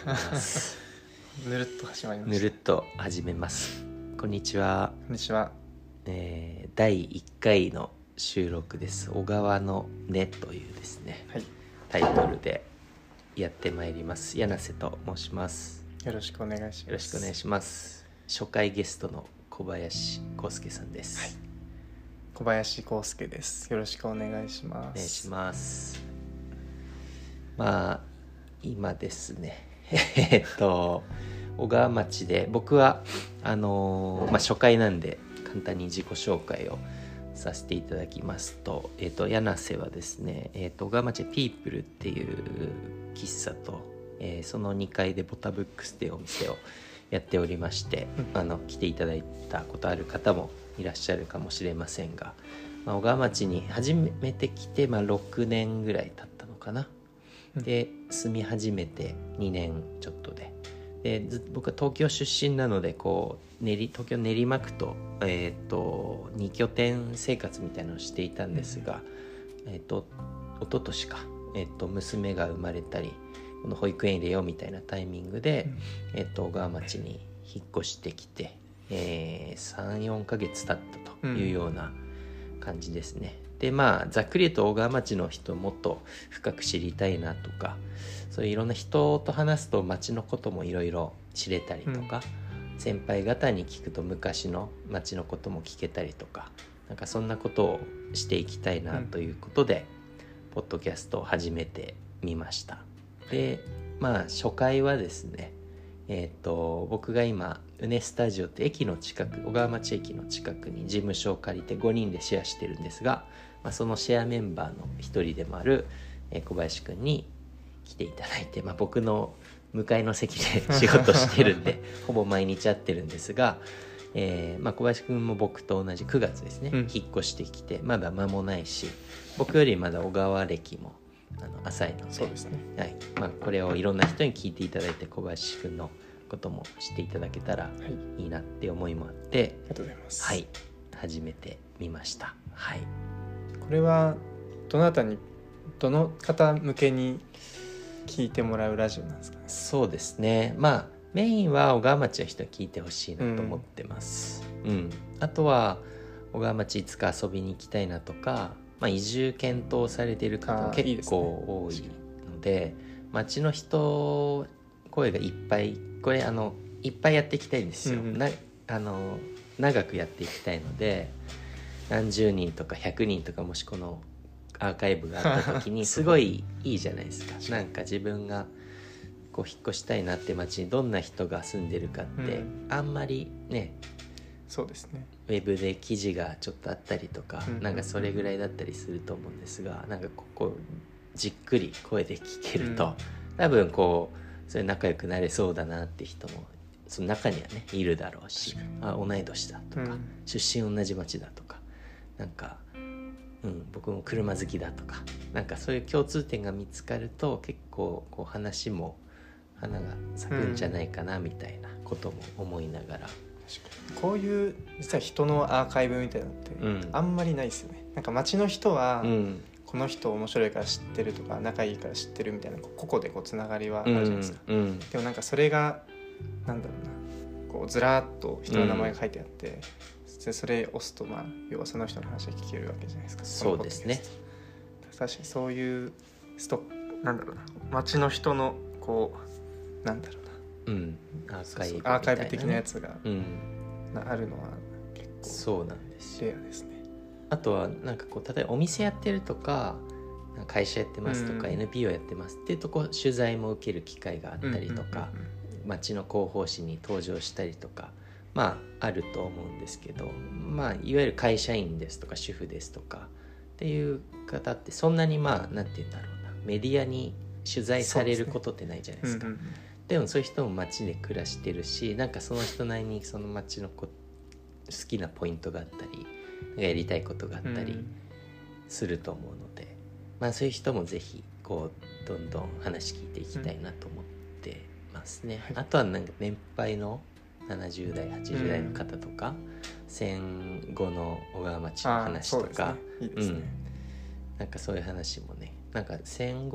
めます。 ぬるっと始まりました。 ぬるっと始めます。こんにちは。 こんにちは。 第1回の収録です。小川の根というですね、 はい、 タイトルでやってまいります。柳瀬と申します。 よろしくお願いします。 よろしくお願いします。初回ゲストの小林康介さんです。 はい、小林康介です。よろしくお願いします。 お願いします。まあ今ですね小川町で僕は初回なんで簡単に自己紹介をさせていただきますと、柳瀬はですね、小川町ピープルっていう喫茶と、その2階でボタブックスっていうお店をやっておりまして、来ていただいたことある方もいらっしゃるかもしれませんが、小川町に初めて来て、6年ぐらい経ったのかな。で住み始めて2年ちょっとで、僕は東京出身なので東京練馬区と、2拠点生活みたいなのをしていたんですが、一昨年か、娘が生まれたりこの保育園入れようみたいなタイミングで、小川町に引っ越してきて、3,4 ヶ月経ったというような感じですね。でざっくり言うと小川町の人をもっと深く知りたいなとか、そういういろんな人と話すと町のこともいろいろ知れたりとか、先輩方に聞くと昔の町のことも聞けたりとか、なんかそんなことをしていきたいなということで、ポッドキャストを始めてみました。で初回はですね、僕が今うねスタジオって駅の近く、小川町駅の近くに事務所を借りて5人でシェアしてるんですが、そのシェアメンバーの一人でもある、小林くんに来ていただいて、僕の向かいの席で仕事してるんでほぼ毎日会ってるんですが、小林くんも僕と同じ9月ですね、引っ越してきてまだ間もないし、僕よりまだ小川歴も浅いので、 そうですね、 はい、これをいろんな人に聞いていただいて小林くんのことも知っていただけたらいいなって思いもあって、 ありがとうございます。 はい、始めてみました。はい、 これはどの方向けに聞いてもらうラジオなんですかね。 そうですね、メインは小川町の人に聞いてほしいなと思ってます、あとは小川町いつか遊びに行きたいなとか、移住検討されている方結構多いので、町の人声がいっぱい、これいっぱいやっていきたいんですよ、長くやっていきたいので、何十人とか100人とかもしこのアーカイブがあった時にすごいいいじゃないですか。なんか自分が引っ越したいなって町にどんな人が住んでるかって、あんまりね、 そうですね、 ウェブで記事がちょっとあったりとか、なんかそれぐらいだったりすると思うんですが、なんかここじっくり声で聞けると、多分それ仲良くなれそうだなって人もその中にはねいるだろうし、同い年だとか、出身同じ町だとか、なんか僕も車好きだとか、なんかそういう共通点が見つかると結構話も花が咲くんじゃないかなみたいなことも思いながら、 こういう実は人のアーカイブみたいなのってあんまりないですよね。なんか町の人は、この人面白いから知ってるとか仲いいから知ってるみたいな個々でつながりはあるじゃないですか、でもなんかそれがなんだろうな、ずらーっと人の名前が書いてあって、それ押すと要はその人の話が聞けるわけじゃないですか。 そうですね。 確かにそういうなんだろうな、町の人のなんだろうな、アーカイブ的なやつが、あるのは結構そうなんですレアですね。 あとはなんか例えばお店やってるとか会社やってますとか、NPO やってますっていうと取材も受ける機会があったりとか、町の広報誌に登場したりとかあると思うんですけど、いわゆる会社員ですとか主婦ですとかっていう方ってそんなになんて言うんだろうな、メディアに取材されることってないじゃないですか。でもそういう人も町で暮らしてるし、なんかその人なりにその町の好きなポイントがあったりやりたいことがあったりすると思うので、そういう人もぜひどんどん話聞いていきたいなと思ってますね、あとはなんか年配の70代80代の方とか、戦後の小川町の話とか、 いいですね、 なんかそういう話もね、なんか戦後っ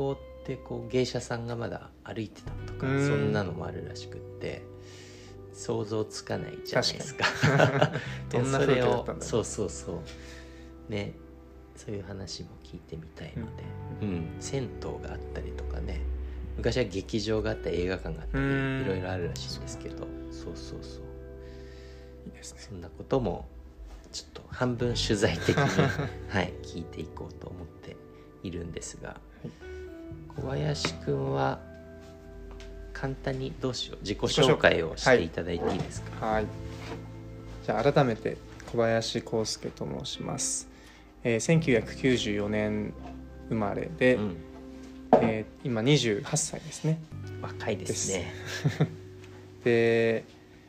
でこう芸者さんがまだ歩いてたとか、そんなのもあるらしくって、想像つかないじゃないですか。 どんな風景だったんだろう。 そうね、そういう話も聞いてみたいので、銭湯があったりとかね、昔は劇場があったり映画館があったりいろいろあるらしいんですけど、そういいですね。 そんなこともちょっと半分取材的にはい聞いていこうと思っているんですが、小林くんは簡単にどうしよう、自己紹介をしていただいていいですか。 はい、じゃあ改めて小林康介と申します。1994年生まれで、今28歳ですね。 若いですね。 で、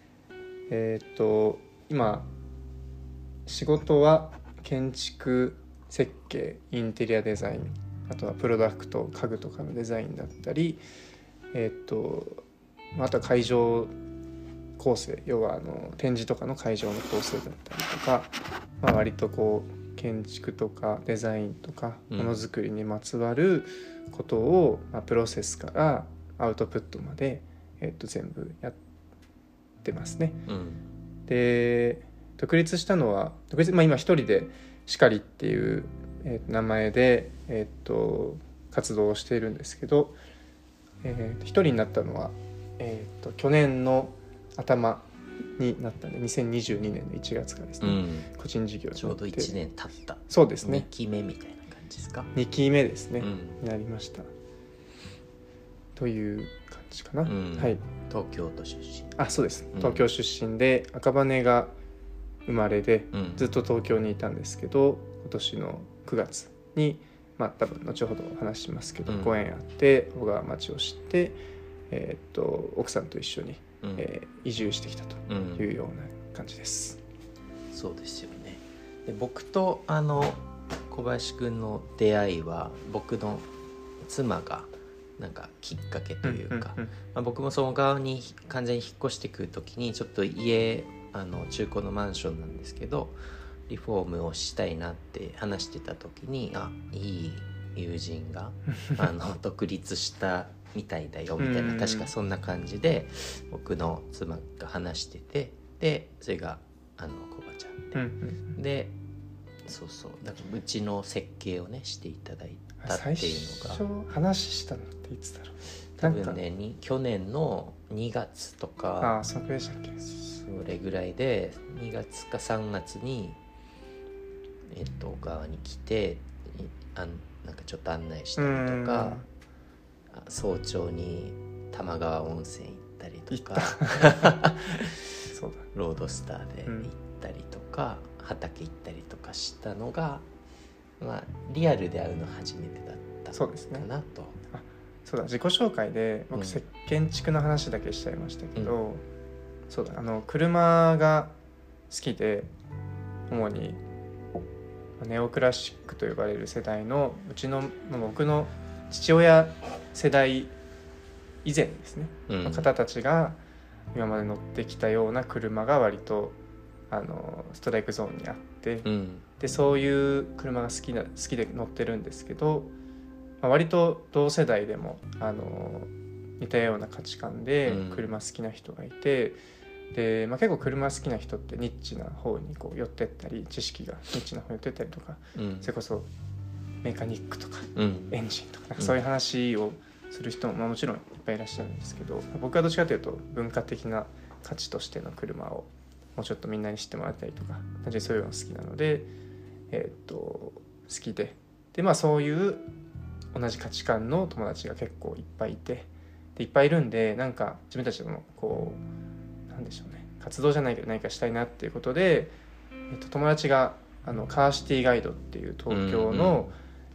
今仕事は建築設計、インテリアデザイン、あとはプロダクト、家具とかのデザインだったり、あとは会場構成、要は展示とかの会場の構成だったりとか、割とこう建築とかデザインとかものづくりにまつわることを、プロセスからアウトプットまで、全部やってますね。で、独立したのは今一人でシカリっていう、名前で、活動をしているんですけど、一人になったのは、去年の頭になったんで2022年の1月からですね、個人事業になってちょうど1年経った。 そうですね、 2期目みたいな感じですか。 2期目ですね、になりましたという感じかな。はい、 東京都出身。 そうです、東京出身で赤羽が生まれで、ずっと東京にいたんですけど、今年の9月に多分後ほどお話しますけど、ご縁あって小川町を知って、奥さんと一緒に、移住してきたというような感じです。 そうですよね。で、僕と小林くんの出会いは僕の妻がなんかきっかけというか、僕もその側に完全に引っ越してくる時にちょっと家中古のマンションなんですけどリフォームをしたいなって話してた時に、いい友人が独立したみたいだよみたいな、確かそんな感じで僕の妻が話してて、でそれがコバちゃんで、そうだからうちの設計をねしていただいたっていうのが、 最初話したのっていつだろう。 多分ね去年の2月とか、 そのくらいでしたっけ。 それぐらいで2月か3月に小川に来てなんかちょっと案内したりとか、早朝に玉川温泉行ったりとかそうだロードスターで行ったりとか、畑行ったりとかしたのが、リアルで会うの初めてだったかなと。 そうだ、自己紹介で僕建築の話だけしちゃいましたけど、そうだ、車が好きで、主にネオクラシックと呼ばれる世代の僕の父親世代以前ですね、の方たちが今まで乗ってきたような車が割とストライクゾーンにあって、でそういう車が好きで乗ってるんですけど、割と同世代でも似たような価値観で車好きな人がいて、で、結構車好きな人ってニッチな方にこう寄ってったり、知識がニッチな方に寄ってったりとか、それこそメカニックとか、エンジンとか、そういう話をする人も、もちろんいっぱいいらっしゃるんですけど、僕はどっちかというと文化的な価値としての車をもうちょっとみんなに知ってもらったりとか、単純にそういうのが好きなので、好きで、そういう同じ価値観の友達が結構いっぱいいて、でいっぱいいるんで、なんか自分たちのこうなんでしょうね、活動じゃないけど何かしたいなっていうことで、友達がカーシティガイドっていう東京の、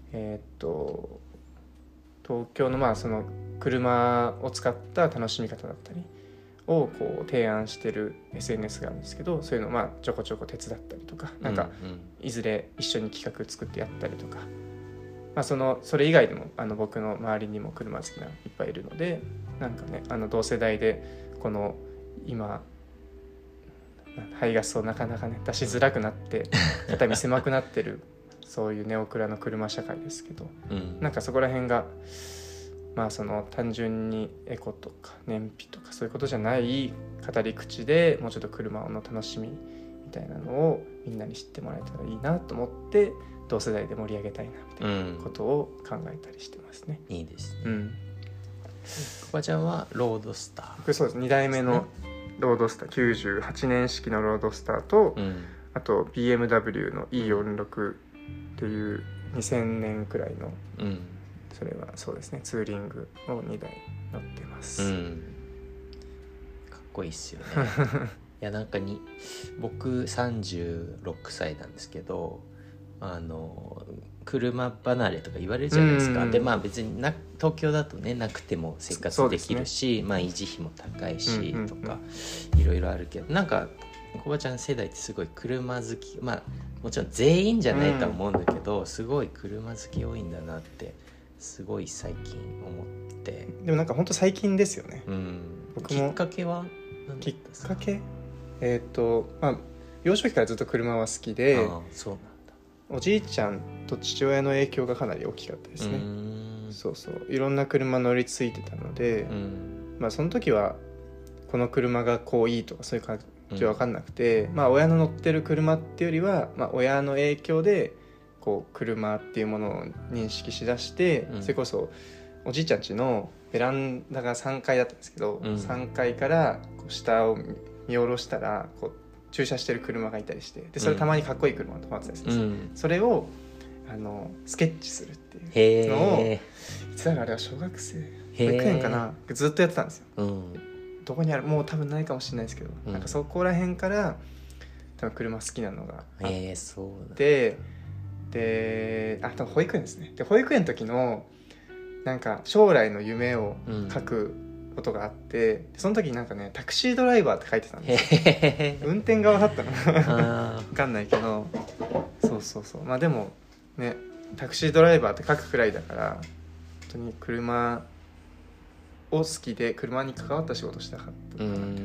東京のその車を使った楽しみ方だったりをこう提案してる SNS があるんですけど、そういうのをちょこちょこ手伝ったりとか、なんかいずれ一緒に企画作ってやったりとか、それ以外でも僕の周りにも車好きなのいっぱいいるので、なんかね同世代でこの今排ガスをなかなかね出しづらくなって肩身狭くなってるそういうネオクラの車社会ですけど、なんかそこら辺がまあその単純にエコとか燃費とかそういうことじゃない語り口でもうちょっと車の楽しみみたいなのをみんなに知ってもらえたらいいなと思って同世代で盛り上げたいなみたいなことを考えたりしてますね。 いいですね。コバちゃんはロードスター。 僕そうです。2代目のロードスター、98年式のロードスターと、あと BMW の E46 っていう2000年くらいの、それはそうですね、ツーリングを2台乗ってます。 かっこいいっすよね。いやなんか僕36歳なんですけど、車離れとか言われるじゃないですか。でまあ別に東京だとねなくても生活できるし、まあ維持費も高いし、とかいろいろあるけど、なんかコバちゃん世代ってすごい車好き、まあもちろん全員じゃないとは思うんだけど、すごい車好き多いんだなってすごい最近思って。 でもなんか本当最近ですよね。 僕もきっかけは何きっかけまあ幼少期からずっと車は好きで、 そうなんだ。 おじいちゃんと父親の影響がかなり大きかったですね。そうそういろんな車乗り継いでたので、まあその時はこの車がこういいとかそういう感じは分かんなくて、まあ親の乗ってる車っていうよりは、まあ、親の影響でこう車っていうものを認識しだして、それこそおじいちゃん家のベランダが3階だったんですけど、3階からこう下を見下ろしたらこう駐車してる車がいたりして、でそれたまにかっこいい車が止まってたりするんです、それをスケッチするっていうのをいつだろう、あれは小学生保育園かな、ずっとやってたんですよ、どこにあるもう多分ないかもしれないですけど、なんかそこら辺から多分車好きなのがあって、 そうで多分保育園ですね。で保育園の時のなんか将来の夢を書くことがあって、その時になんかねタクシードライバーって書いてたんですよ。運転側だったのか分かんないけど、そうまあでもねタクシードライバーって書くくらいだから、本当に車を好きで車に関わった仕事したかったから、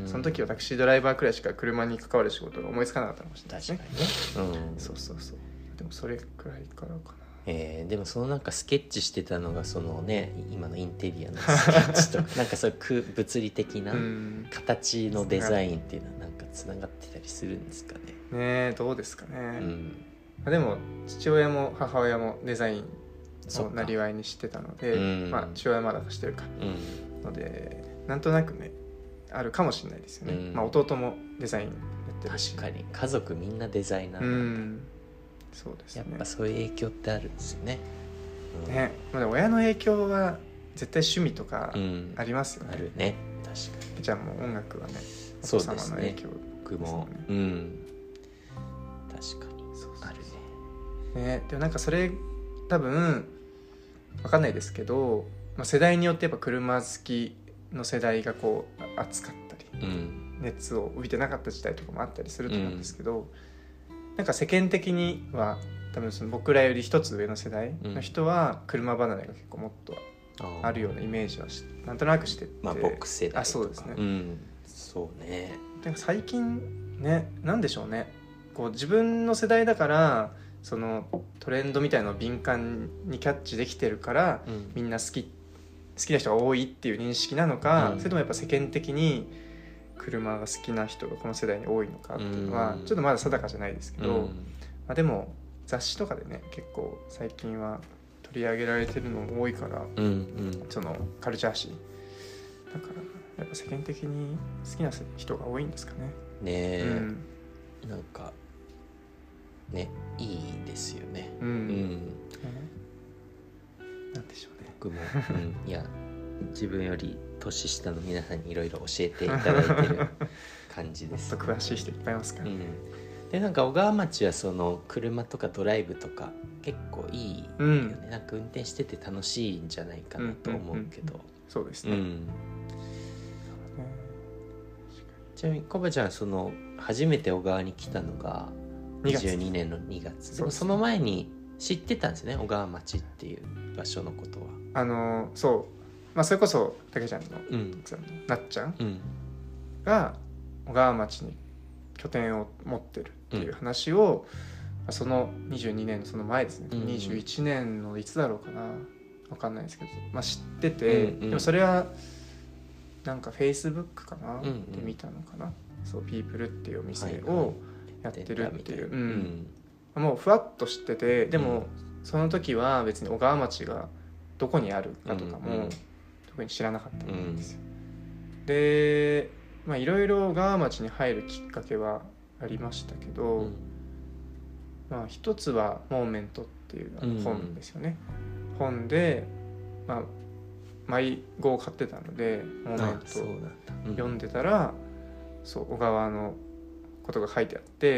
その時はタクシードライバーくらいしか車に関わる仕事が思いつかなかったかもしれないですね。 確かにね、 そうでもそれくらいからかな。 でもそのなんかスケッチしてたのがそのね今のインテリアのスケッチとかなんかそういう物理的な形のデザインっていうのはなんかつながってたりするんですかね。 ね、どうですかね、でも父親も母親もデザインをなりわいにしてたので、まあ父親はまだしてるか、のでなんとなくねあるかもしれないですよね、まあ弟もデザインやってるし。 確かに家族みんなデザイナーなんだ。 そうですね、 やっぱそういう影響ってあるんですよね。 まあ、親の影響は絶対趣味とかありますよね。 あるね、確かに。 じゃあもう音楽はねお父様の影響、 僕も確かにあるね。でもなんかそれ多分分かんないですけど、まあ、世代によってやっぱ車好きの世代がこう熱かったり、熱を帯びてなかった時代とかもあったりすると思うんですけど、なんか世間的には多分その僕らより一つ上の世代の人は車離れが結構もっとあるようなイメージはなんとなくしてて、 まあ僕世代とか。 そうですね、 そうね。 なんか最近ね、なんでしょうね、こう自分の世代だからそのトレンドみたいなのを敏感にキャッチできてるから、みんな好きな人が多いっていう認識なのか、それともやっぱ世間的に車が好きな人がこの世代に多いのかっていうのはちょっとまだ定かじゃないですけど、まあ、でも雑誌とかでね結構最近は取り上げられてるのも多いから、そのカルチャー誌だからやっぱ世間的に好きな人が多いんですかね。 ねえ、なんかねいいですよね。なんでしょうね。 僕も、いや自分より年下の皆さんにいろいろ教えていただいてる感じです、 もっと詳しい人いっぱいいますからね。 でなんか小川町はその車とかドライブとか結構いいよね、なんか運転してて楽しいんじゃないかなと思うけど、 そうですね、 ちなみにコバちゃんその初めて小川に来たのが22年の2月。でもその前に知ってたんですね、小川町っていう場所のことは。 まあ、それこそたけちゃんの、なっちゃんが小川町に拠点を持ってるっていう話を、その22年のその前ですね、21年のいつだろうかな、 分かんないですけど、まあ、知ってて、 うんうん、 でもそれはなんか Facebook かな、 うんうん、 で見たのかな、そうピープルっていうお店をやってるっていう、はいはい、うん、もうふわっと知ってて、でもその時は別に小川町がどこにあるかとかも特に知らなかったんですよ、でまあいろいろ小川町に入るきっかけはありましたけど、まあ一つはモーメントっていう本ですよね、本でまあ迷子を買ってたのでモーメント読んでたら、そう小川のことが書いてあって、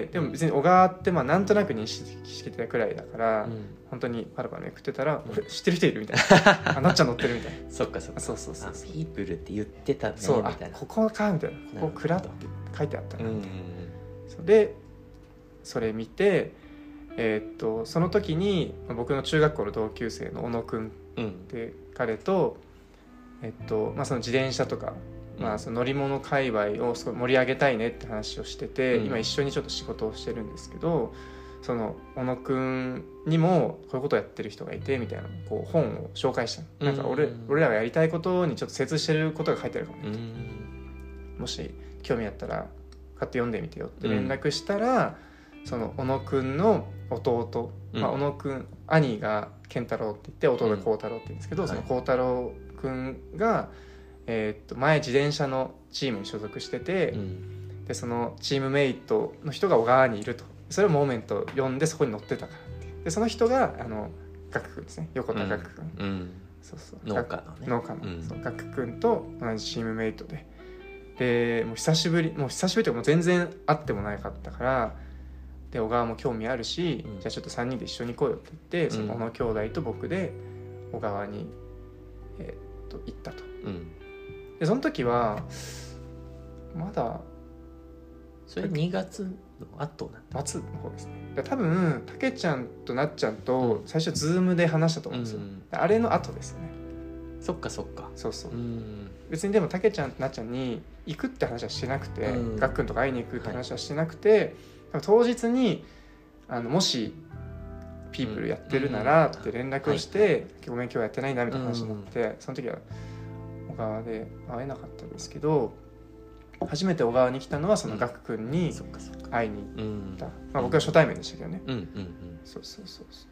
でも別に小川ってまあなんとなく認識してたくらいだから、本当にパラパラめくってたら、知ってる人いるみたいな、なっちゃん乗ってるみたいなそっかそっか、 そうそうそう、 ピープルって言ってたねそう、 みたいな、 ここかみたいな、ここ蔵って書いてあったなみたいな、 うん、 でそれ見て、その時に僕の中学校の同級生の小野くんって彼と、まあ、その自転車とか、まあ、その乗り物界隈をすごい盛り上げたいねって話をしてて、今一緒にちょっと仕事をしてるんですけど、その小野くんにもこういうことをやってる人がいてみたいなこう本を紹介した、なんか俺らがやりたいことにちょっと精通してることが書いてあるかもね、もし興味あったら買って読んでみてよって連絡したら、その小野くんの弟、まあ、小野くん兄が健太郎って言って弟が孝太郎って言うんですけど、その孝太郎くんが前自転車のチームに所属してて、でそのチームメイトの人が小川にいると、それをモーメント読んでそこに乗ってたからって、でその人がガク君ですね、横田ガク君、そうそう農家のね、農家の、そうガク君と同じチームメイトでもう久しぶりというかもう全然会ってもなかったから、で小川も興味あるし、じゃあちょっと3人で一緒に行こうよって言って、その小野兄弟と僕で小川に、行ったと、でその時はまだそれ2月の後なんだ、 末の方ですね。多分たけちゃんとなっちゃんと最初ズームで話したと思うんですよ、あれの後ですよね。 そっかそっか、 そうそう、別にでもたけちゃんとなっちゃんに行くって話はしてなくて、がっくんとか会いに行くって話はしてなくて、当日にもしピープルやってるならって連絡をして、ごめん今日やってないんだみたいな話になって、その時は小川で会えなかったんですけど、初めて小川に来たのはそのガク君に会いに行った、まあ、僕は初対面でしたけどね、そうそうそうそう、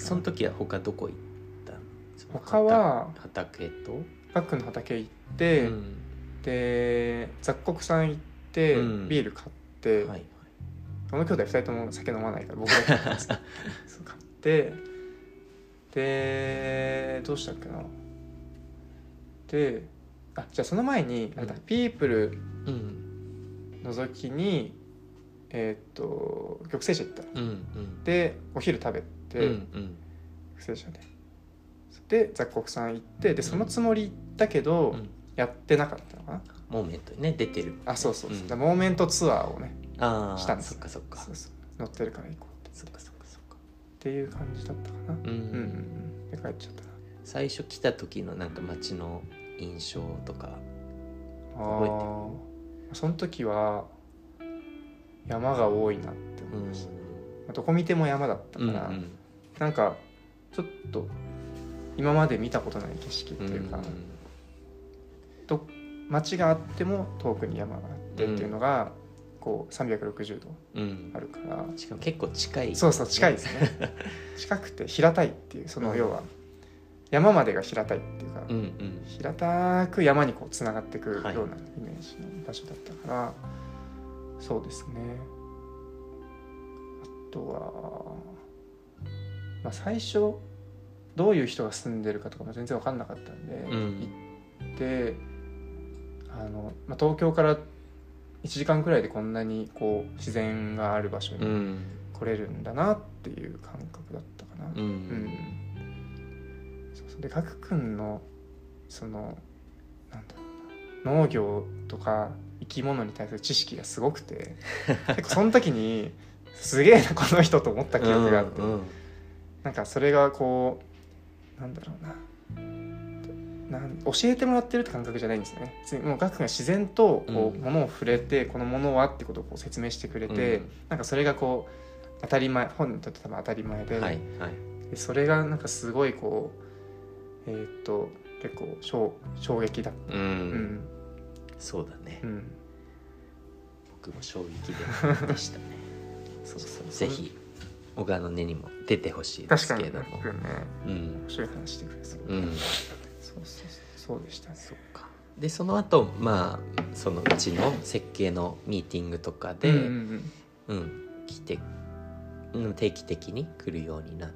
その時は他どこ行ったの？ 他は畑とガク君の畑行って、で雑穀さん行って、ビール買って、この兄弟2人とも酒飲まないから僕だけ買ったんですけどそう買って、でどうしたっけな、でじゃあその前にピープル覗きに玉成社行った、でお昼食べて、玉成社で雑穀さん行って、でそのつもり行ったけど、やってなかったのかな、 モーメントにね出てる、 そうそうそう、モーメントツアーをねしたんです。 そっかそっか、 そうそう、乗ってるから行こうって、 そっかそっかそっかっていう感じだったかな、で帰っちゃったな。 最初来た時のなんか街の印象とか覚えてる？その時は山が多いなって思いました、どこ見ても山だったから、なんかちょっと今まで見たことない景色っていうか、街があっても遠くに山があってっていうのがこう360度あるから、 しかも結構近い、 そうそう近いですね近くて平たいっていう、その要は山までが平たいっていうか、平たく山にこうつながっていくようなイメージの場所だったから、そうですね。あとは、まあ、最初どういう人が住んでるかとかも全然分かんなかったんで、行ってまあ、東京から1時間くらいでこんなにこう自然がある場所に来れるんだなっていう感覚だったかな。でガク君のそのなんだろうな、農業とか生き物に対する知識がすごくて結構その時にすげえなこの人と思った記憶があって、なんかそれがこうなんだろうな、教えてもらってるって感覚じゃないんですよね。もうガクが自然とこう物を触れて、この物はってことをこう説明してくれて、なんかそれがこう当たり前、本にとって多分当たり前で、でそれがなんかすごいこう結構衝撃だった。 そうだね、僕も衝撃でしたねそうぜひ小川の根にも出てほしいですけれども。 確かにね、面白い話してくれそう。そうでしたね。 そうか。でその後そのうちの設計のミーティングとかで、来て定期的に来るようになって、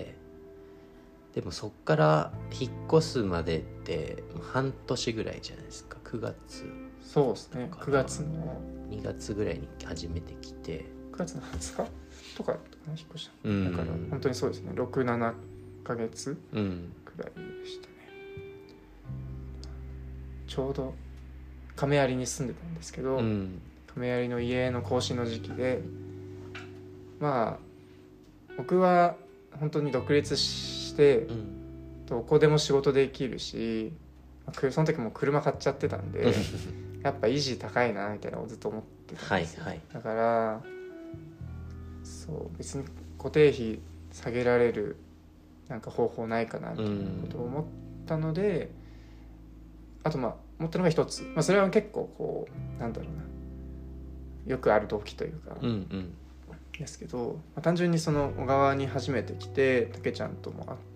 でもそっから引っ越すまでって半年ぐらいじゃないですか。9月、 そうですね、9月の 2月ぐらいに初めて来て、 9月の20日とか引っ越した、だから本当にそうですね、6-7ヶ月くらいでしたね。ちょうど亀有に住んでたんですけど、亀有の家の更新の時期で、僕は本当に独立してどこでも仕事できるし、その時も車買っちゃってたんでやっぱ維持高いなみたいなのをずっと思ってたんですよ、だからそう別に固定費下げられるなんか方法ないかなみたいなことを思ったので、あと持ったのが一つ、それは結構こうなんだろうな、よくある動機というか、ですけど、単純にその小川に初めて来てたけちゃんとも会って、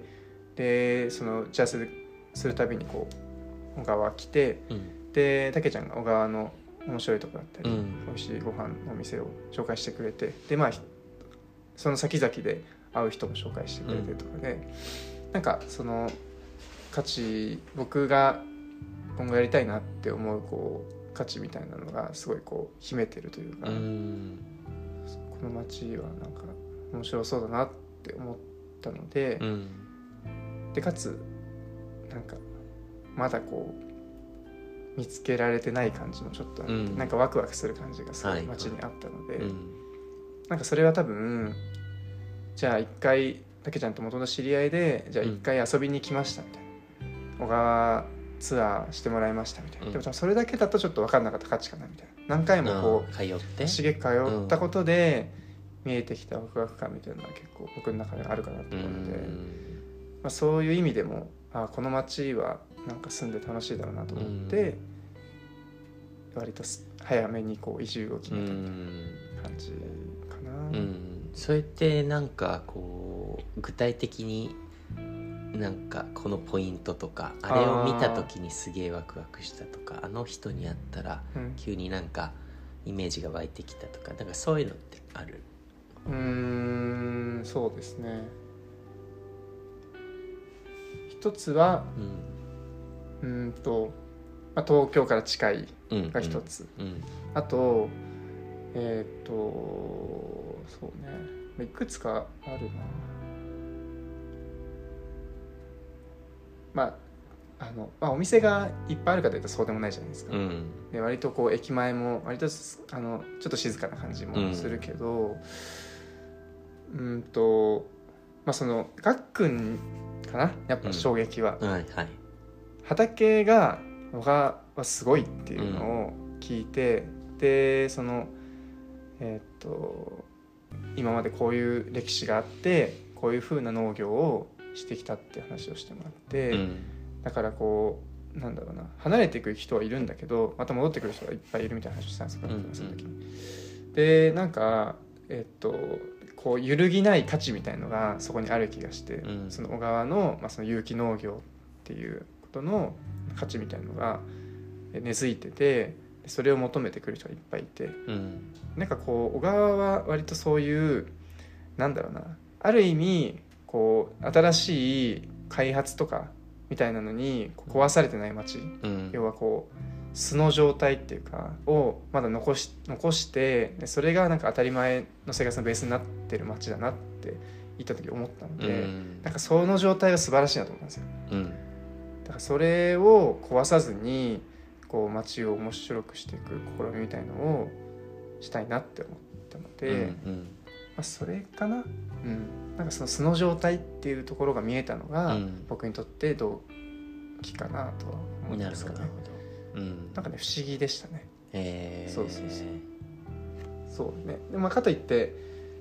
でその打ち合わせするたびにこう小川来て、でたけちゃんが小川の面白いところだったり、美味しいご飯のお店を紹介してくれて、でその先々で会う人も紹介してくれてとかで、なんかその価値、僕が今後やりたいなって思うこう価値みたいなのがすごいこう秘めてるというか、この街はなんか面白そうだなって思ったので、でかつなんかまだこう見つけられてない感じもちょっとあって、なんかワクワクする感じがすごい街にあったので、なんかそれは多分じゃあ一回たけちゃんと元の知り合いでじゃあ一回遊びに来ましたみたいな、小川ツアーしてもらいましたみたいな、でもそれだけだとちょっと分かんなかった価値かなみたいな、何回もこう刺激通ったことで見えてきたワクワク感みたいなのは結構僕の中であるかなと思うので、そういう意味でもこの街はなんか住んで楽しいだろうなと思って、割と早めにこう移住を決めたみたいな感じかな。 それってなんかこう具体的になんかこのポイントとか、あれを見た時にすげえワクワクしたとか、あの人に会ったら急になんかイメージが湧いてきたとか、なんかそういうのってある？ そうですね、一つは東京から近いが一つ、あとそうね、いくつかあるな。お店がいっぱいあるかというとそうでもないじゃないですか、で割とこう駅前も割とちょっと静かな感じもするけど、そのがっくんかな、やっぱ衝撃は、畑が小川はすごいっていうのを聞いて、でその今までこういう歴史があってこういう風な農業をしてきたって話をしてもらって、だからこうなんだろうな、離れていく人はいるんだけどまた戻ってくる人がいっぱいいるみたいな話をしたんですよ、その時に。でなんかこう揺るぎない価値みたいのがそこにある気がして、その小川の、その有機農業っていうことの価値みたいのが根付いてて、それを求めてくる人がいっぱいいて、なんかこう小川は割とそういうなんだろうな、ある意味こう新しい開発とかみたいなのに壊されてない街、要はこう素の状態っていうかをまだ残して、それがなんか当たり前の生活のベースになってる街だなって言った時思ったので、なんかその状態は素晴らしいなと思ったんですよ、だからそれを壊さずにこう街を面白くしていく試みみたいのをしたいなって思ったので、それかな、なんかその素の状態っていうところが見えたのが、僕にとって動機かなとは思うんですかね。なんかね不思議でしたね。そうね。でかといって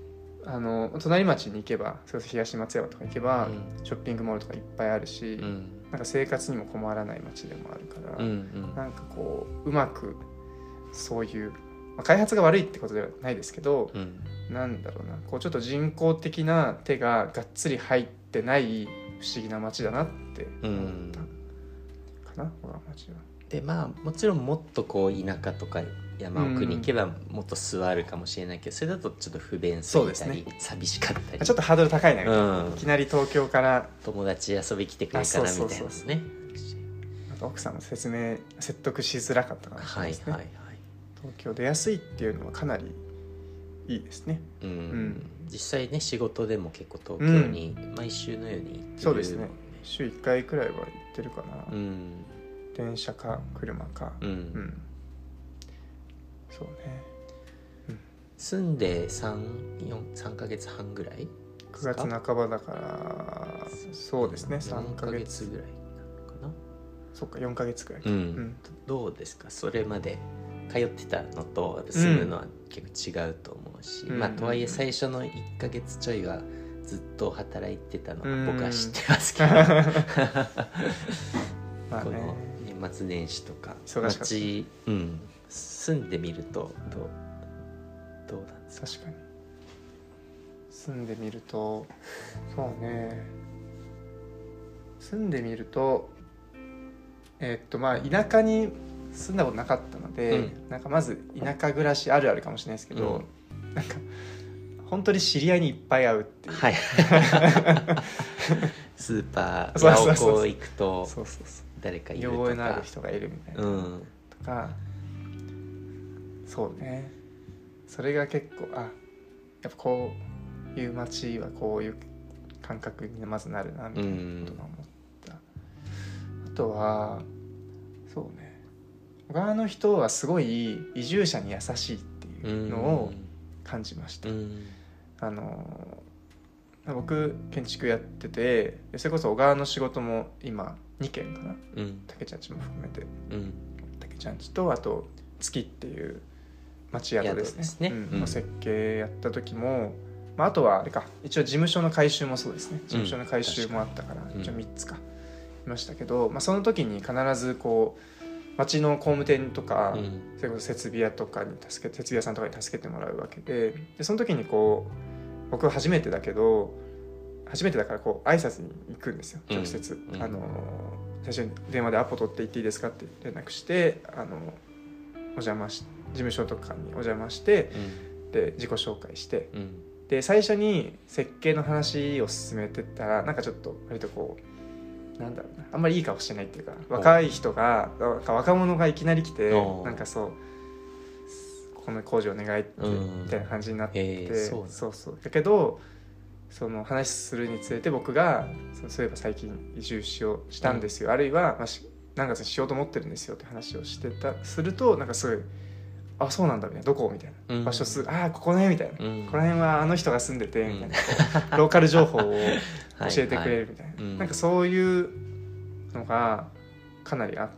隣町に行けば、それこそ東松山とか行けば、ショッピングモールとかいっぱいあるし、なんか生活にも困らない町でもあるから、なんかこううまくそういう、開発が悪いってことではないですけど、なんだろうな、こうちょっと人工的な手ががっつり入ってない不思議な町だなって思ったかな、小川町は。 でもちろんもっとこう田舎とか山奥に行けばもっと素はあるかもしれないけど、それだとちょっと不便すぎたり、寂しかったり、 ちょっとハードル高いな、いきなり東京から友達遊び来てくれるからみたいなね。 奥さんも説得しづらかったかもしれないですね。東京出やすいっていうのはかなりいいですね。 実際ね、仕事でも結構東京に毎週のように行ってる、 そうですね、週1回くらいは行ってるかな、電車か車か、そうね、 住んで3ヶ月半ぐらい、 9月半ばだから、そうですね、3ヶ月ぐらいかな。 そっか、4ヶ月くらいか、 どうですか、それまで通ってたのと住むのは結構違うと思うし、とはいえ最初の1ヶ月ちょいはずっと働いてたのは僕は知ってますけど、この年末年始とか街、住んでみるとどうなんですか。 確かに住んでみると、そうね、住んでみると田舎に住んだことなかったので、なんかまず田舎暮らしあるあるかもしれないですけど、なんか本当に知り合いにいっぱい会うっていう、 スーパー八百行行くと誰かいるとか、 見覚えのある人がいるみたいな、とか、そうね、それが結構やっぱこういう街はこういう感覚にまずなるなみたいなことが思った。あとはそうね、小川の人はすごい移住者に優しいっていうのを感じました。僕建築やってて、それこそ小川の仕事も今2軒かな、竹ちゃんちも含めて、竹ちゃんちとあと月っていう町宿ですね、設計やった時も、あとはあれか、一応事務所の改修もそうですね、事務所の改修もあったから、一応3つかいましたけど、その時に必ずこう町の工務店とか、それこそ設備屋とかに設備屋さんとかに助けてもらうわけで、その時にこう僕は初めてだからこう挨拶に行くんですよ、直接。最初に電話でアポ取って行っていいですかって連絡して、事務所とかにお邪魔して、で自己紹介して、で最初に設計の話を進めてったら、なんかちょっと割とこうなんだろうな、あんまりいい顔してないっていうか、若い人が若者がいきなり来て、なんかそうこの工事お願いってみたいな感じになって、そうだけど、その話するにつれて僕がそういえば最近移住したんですよ、あるいは、何月にしようと思ってるんですよって話をすると、なんかすごい、あ、そうなんだみたいな、どこみたいな、場所ここねみたいな、この辺はあの人が住んでてみたいな、ローカル情報を教えてくれるみたいな、なんかそういうのがかなりあって、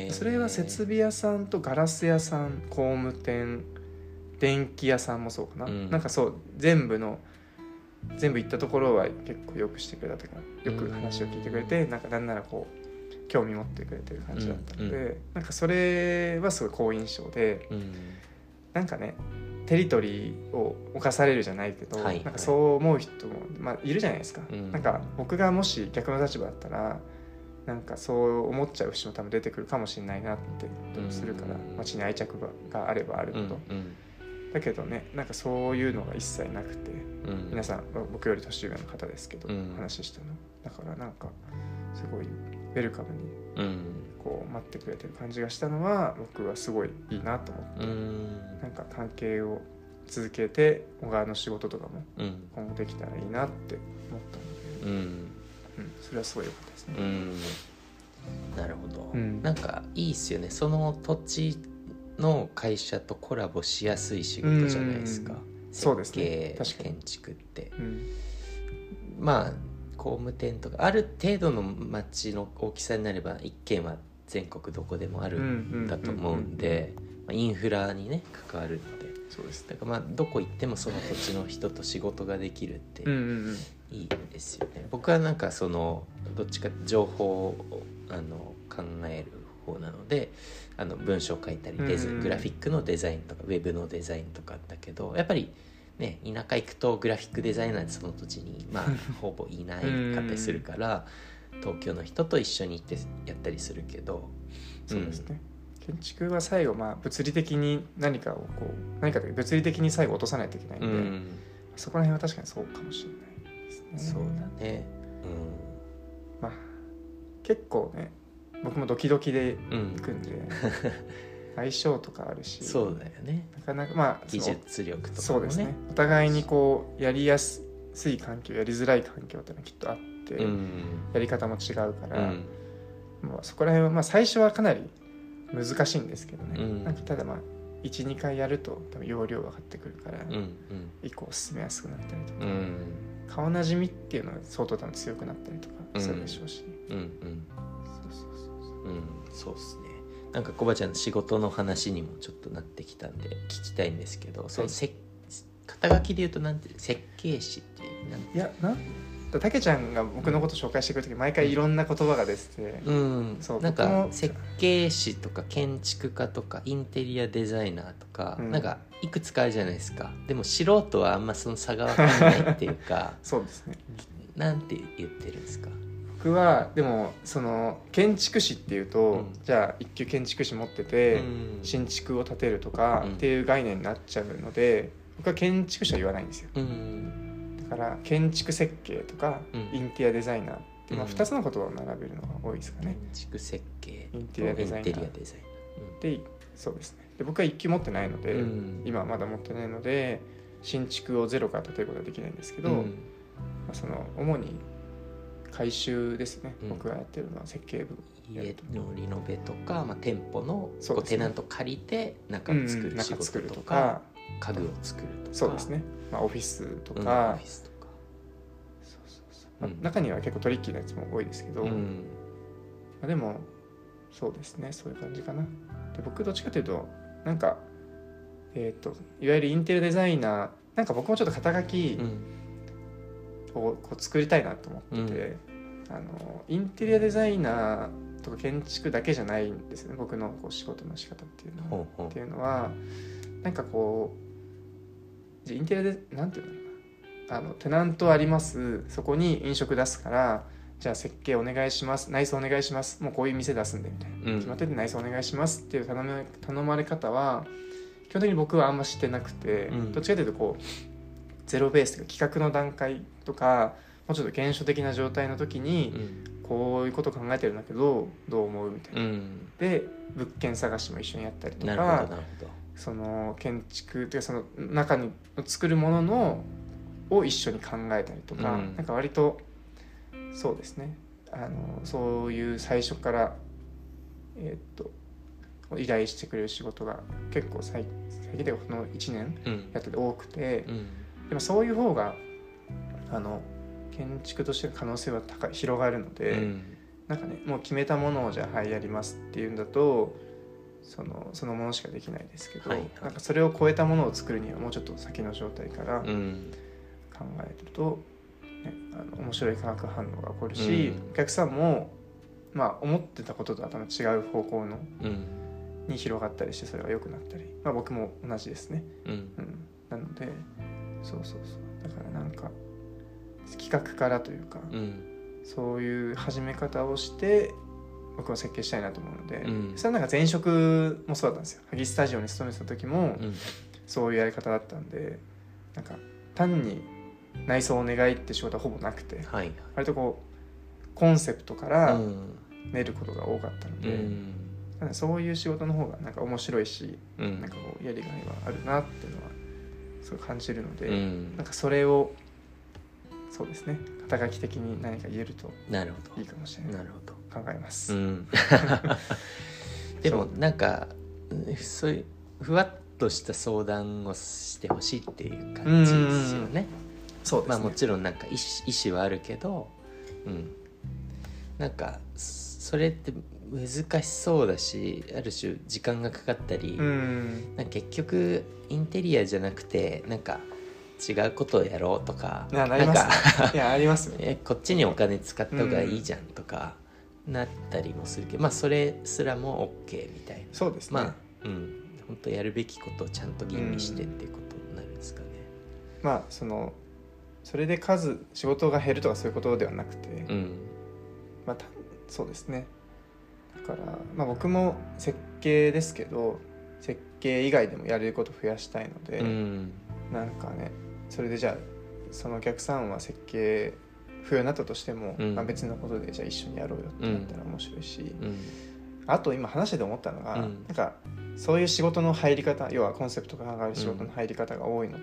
それは設備屋さんとガラス屋さん、工務店、電気屋さんもそうかな、なんかそう全部行ったところは結構よくしてくれたというか、よく話を聞いてくれて、なんならこう興味持ってくれてる感じだったので、なんかそれはすごい好印象で、なんかね、テリトリーを侵されるじゃないけど、なんかそう思う人も、いるじゃないですか、なんか僕がもし逆の立場だったら、なんかそう思っちゃう人も多分出てくるかもしれないなって気もするから、街に愛着があればあるほど、だけどね、なんかそういうのが一切なくて、皆さん僕より年上の方ですけど、話したのだからなんかすごいウェルカムにこう待ってくれてる感じがしたのは、僕はすごいいいなと思って、なんか関係を続けて小川の仕事とかも今後できたらいいなって思ったので、それはすごい良かったですね。 なるほど、なんかいいっすよね、その土地の会社とコラボしやすい仕事じゃないですか、設計、建築って、工務店とかある程度の町の大きさになれば一軒は全国どこでもあるんだと思うんで、インフラにね関わるので、 そうです。 だからまあどこ行ってもその土地の人と仕事ができるっていいですよね。僕はなんかそのどっちか情報を考える方なので文章を書いたりグラフィックのデザインとかウェブのデザインとかだけど、やっぱりね田舎行くとグラフィックデザイナーってその土地にまあほぼいないかったりするから東京の人と一緒に行ってやったりするけど、 そうですね、建築は最後まあ物理的に何か物理的に最後落とさないといけないんで、そこら辺は確かにそうかもしれないですね。 そうだね、 まあ結構ね僕もドキドキで行くんで、相性とかあるし、 そうだよね、 なかなかまあ技術力とかもね、 そうですね、お互いにこうやりやすい環境やりづらい環境ってのはきっとあって、やり方も違うから、まあ、そこら辺はまあ最初はかなり難しいんですけどね、なんかただまあ 1,2 回やると多分要領分かってくるから、以降進めやすくなったりとか、顔なじみっていうのが相当多分強くなったりとかするでしょうし、 そうですね。なんかコバちゃんの仕事の話にもちょっとなってきたんで聞きたいんですけど、その肩書きで言うとなんて設計士ってたけちゃんが僕のこと紹介してくるとき毎回いろんな言葉が出てて、 そうなんか設計士とか建築家とかインテリアデザイナーとか、なんかいくつかあるじゃないですか。でも素人はあんまその差が分かんないっていうかそうですね、 なんて言ってるんですか。 僕はでもその建築士っていうと、じゃあ一級建築士持ってて、新築を建てるとかっていう概念になっちゃうので、僕は建築士は言わないんですよ、だから建築設計とか、インテリアデザイナーって、まあ、2つの言葉を並べるのが多いですかね。 建築設計インテリアデザイナーで、そうですね。で僕は一級持ってないので、今はまだ持ってないので新築をゼロから建てることはできないんですけど、まあ、その主に改修ですね、僕がやってるのは設計部、 家のリノベとか、まあ、店舗のテナント借りて中を作る仕事とか、家具を作るとか、 そうですね、まあ、オフィスとか、まあ、中には結構トリッキーなやつも多いですけど、まあ、でもそうですね、そういう感じかな。で僕どっちかというとなんかいわゆるインテリアデザイナー、なんか僕もちょっと肩書きをこう作りたいなと思ってて、インテリアデザイナーとか建築だけじゃないんですよね、僕のこう仕事の仕方っていうのはなんかこうインテリアでなんていうのテナントあります、そこに飲食出すからじゃあ設計お願いします、内装お願いします、もうこういう店出すんでみたいな、決まってて内装お願いしますっていう頼まれ方は基本的に僕はあんましてなくて、どっちかというとこうゼロベースというか企画の段階とかもうちょっと原初的な状態の時に、こういうこと考えてるんだけどどう思うみたいな、で物件探しも一緒にやったりとか、その建築というかその中に作るものを一緒に考えたりとか、なんか割とそうですね、そういう最初から依頼してくれる仕事が結構最近でこの1年やってて多くて、でもそういう方が建築としての可能性は広がるので、なんかねもう決めたものをじゃあはいやりますっていうんだとそのものしかできないですけど、なんかそれを超えたものを作るにはもうちょっと先の状態から考えると、ね、面白い化学反応が起こるし、お客さんもまあ思ってたこととは多分違う方向の、に広がったりしてそれが良くなったり、まあ、僕も同じですね、なのでそうだからなんか企画からというか、そういう始め方をして僕は設計したいなと思うので、それはなんか前職もそうだったんですよ。萩スタジオに勤めてた時もそういうやり方だったんで、なんか単に内装お願いって仕事はほぼなくて、割とこうコンセプトから練ることが多かったので、そういう仕事の方がなんか面白いし、なんかこうやりがいはあるなっていうのはすごい感じるので、なんかそれをそうですね、肩書き的に何か言えるといいかもしれない。 なるほど、 考えます、 でもなんかそういうふわっとした相談をしてほしいっていう感じですよね。 そうですね、 まあもちろんなんか意思はあるけど、なんかそれって難しそうだし、ある種時間がかかったり、なんか結局インテリアじゃなくてなんか違うことをやろうとか、 なります、ね、いやありますよこっちにお金使った方がいいじゃんとかなったりもするけど、まあそれすらも OK みたいな。 そうですね。 まあ本当やるべきことをちゃんと吟味してっていうことになるんですかね。 まあそれで仕事が減るとかそういうことではなくて、まあそうですね。だから、まあ、僕も設計ですけど設計以外でもやれることを増やしたいので、なんかねそれでじゃあそのお客さんは設計不要になったとしても、まあ、別のことでじゃあ一緒にやろうよってなったら面白いし、あと今話してて思ったのが、なんかそういう仕事の入り方、要はコンセプトが考える仕事の入り方が多いのって、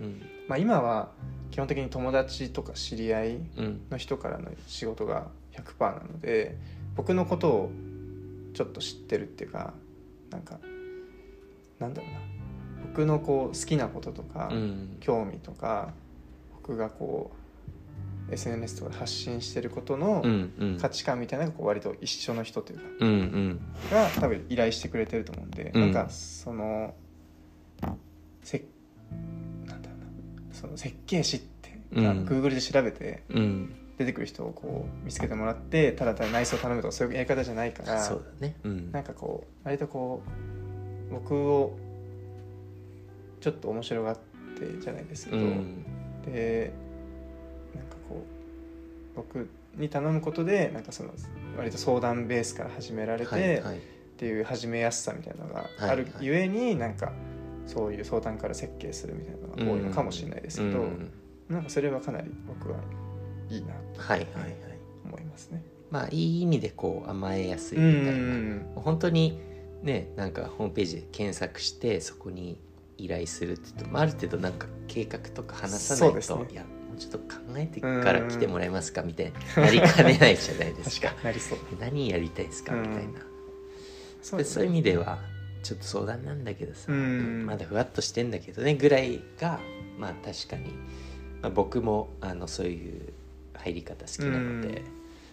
まあ、今は基本的に友達とか知り合いの人からの仕事が 100% なので、僕のことをちょっと知ってるっていうか、なんだろうな、僕のこう好きなこととか、興味とか僕がこう SNS とかで発信してることの価値観みたいなのがこう割と一緒の人というか、が多分依頼してくれてると思うんで、なんかその設計士って、Google で調べて、出てくる人をこう見つけてもらってただ内装頼むとかそういうやり方じゃないから、 そうだね、 なんかこう割とこう僕をちょっと面白がってじゃないですけど、でなんかこう僕に頼むことでなんかその割と相談ベースから始められて、っていう始めやすさみたいなのがあるゆえに、なんかそういう相談から設計するみたいなのが多いのかもしれないですけど、なんかそれはかなり僕はいいなと思いますね。 まあいい意味でこう甘えやすいみたいな、本当にね、なんかホームページで検索してそこに依頼するって言うと、ある程度なんか計画とか話さないと、いやもうちょっと考えてから来てもらえますかみたいななりかねないじゃないですか。 確かなりそう。 何やりたいですかみたいな、そういう意味ではちょっと相談なんだけどさ、まだふわっとしてんだけどねぐらいが、まあ確かに、まあ、僕もそういう入り方好きなので、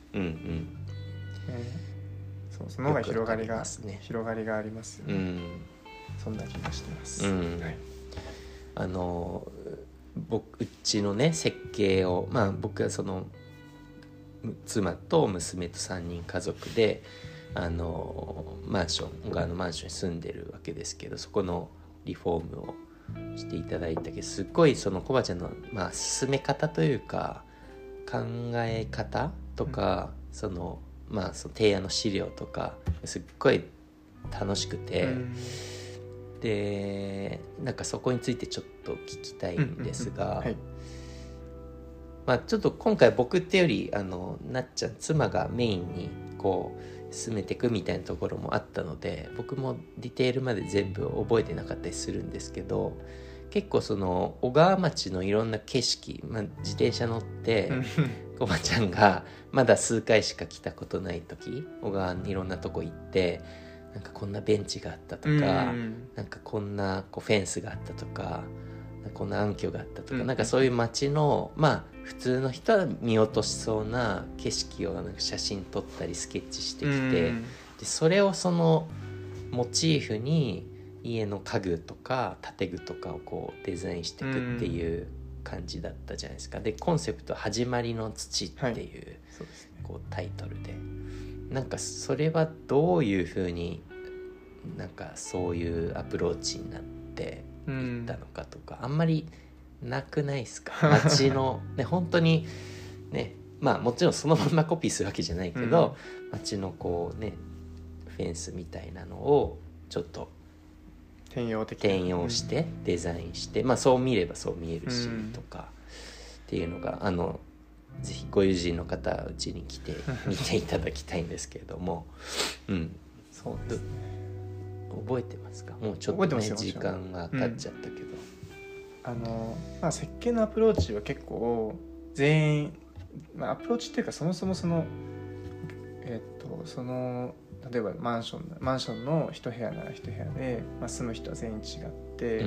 そう、その方が広がりがありますよね。そんな気がしてます。 うちのね設計を、まあ僕はその妻と娘と3人家族でマンション、小川のマンションに住んでるわけですけど、そこのリフォームをしていただいたけど、すっごいそのコバちゃんの、まあ、進め方というか考え方とか、そのまあその提案の資料とかすっごい楽しくて、でなんかそこについてちょっと聞きたいんですが、まあちょっと今回僕ってよりなっちゃん妻がメインにこう進めていくみたいなところもあったので、僕もディテールまで全部覚えてなかったりするんですけど、結構その小川町のいろんな景色、まあ、自転車乗ってコバちゃんがまだ数回しか来たことない時、小川にいろんなとこ行ってなんかこんなベンチがあったとか、なんかこんなこうフェンスがあったとか、こんな暗渠があったとか、なんかそういう街のまあ普通の人は見落としそうな景色をなんか写真撮ったりスケッチしてきて、でそれをそのモチーフに家の家具とか建具とかをこうデザインしていくっていう感じだったじゃないですか。でコンセプトは始まりの土っていう、こうタイトルで、なんかそれはどういうふうになんかそういうアプローチになっていったのかとか、あんまりなくないですか街のね、本当にね、まあもちろんそのままコピーするわけじゃないけど、街のこうねフェンスみたいなのをちょっと転用してデザインして、まあそう見ればそう見えるしとかっていうのがぜひご友人の方はうちに来て見ていただきたいんですけれども、 そうですね、 覚えてますか？もうちょっとね時間が経っちゃったけど、 まあ、設計のアプローチは結構全員、まあ、アプローチっていうかそもそもその例えばマンションの一部屋なら一部屋で、まあ、住む人は全員違って、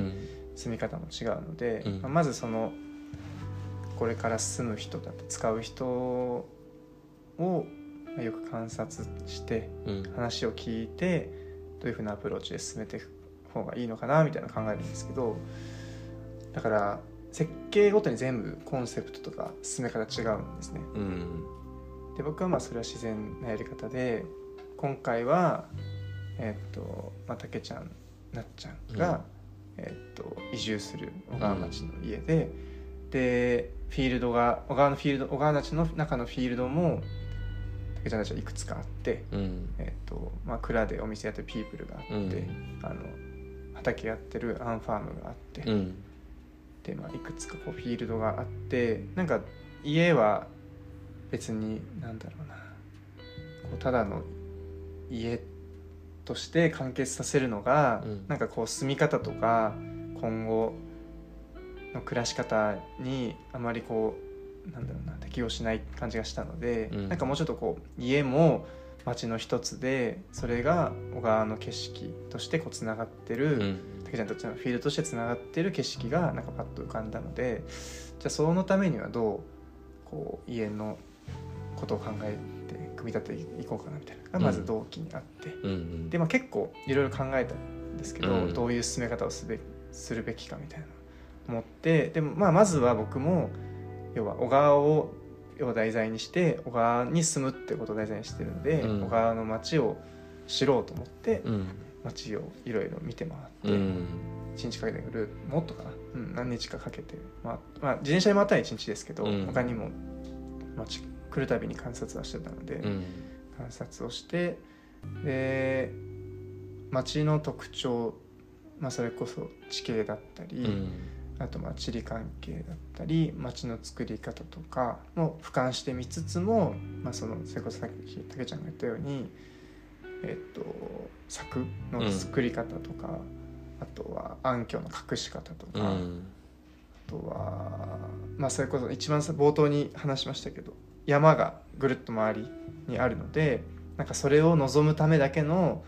住み方も違うので、まあ、まずそのこれから住む人だって使う人をよく観察して話を聞いてどういうふうなアプローチで進めていく方がいいのかなみたいなのを考えるんですけど、だから設計ごとに全部コンセプトとか進め方違うんですね、で僕はそれは自然なやり方で、今回はたけちゃんなっちゃんが、移住する小川町の家で、でフィールドが小川町の中のフィールドもたけちゃんたちはいくつかあって、蔵でお店やってるピープルがあって、畑やってるアンファームがあって、でいくつかこうフィールドがあって、なんか家は別になんだろうな、こうただの家として完結させるのが、なんかこう住み方とか今後の暮らし方にあまりこうなんだろうな適応しない感じがしたので、なんかもうちょっとこう家も町の一つで、それが小川の景色としてこうつながってる、たけちゃんたちのフィールドとしてつながってる景色がなんかパッと浮かんだので、じゃあそのためにはどうこう家のことを考えて組み立てていこうかなみたいなのがまず動機にあって、で結構いろいろ考えたんですけど、どういう進め方をするべきかみたいなのを思って、でもまずは僕も要は小川を題材にして小川に住むってことを題材にしてるので、小川の街を知ろうと思って、街をいろいろ見て回って、1日かけてもっとかな、何日かかけて、自転車で回ったら1日ですけど、他にも街来るたびに観察はしてたので、観察をして、で街の特徴、それこそ地形だったり、あと地理関係だったり街の作り方とかも俯瞰してみつつも、そのそれこそさっきたけちゃんが言ったように、柵の作り方とか、あとは暗渠の隠し方とか、あとはそれこそ一番冒頭に話しましたけど、山がぐるっと周りにあるので、なんかそれを望むためだけ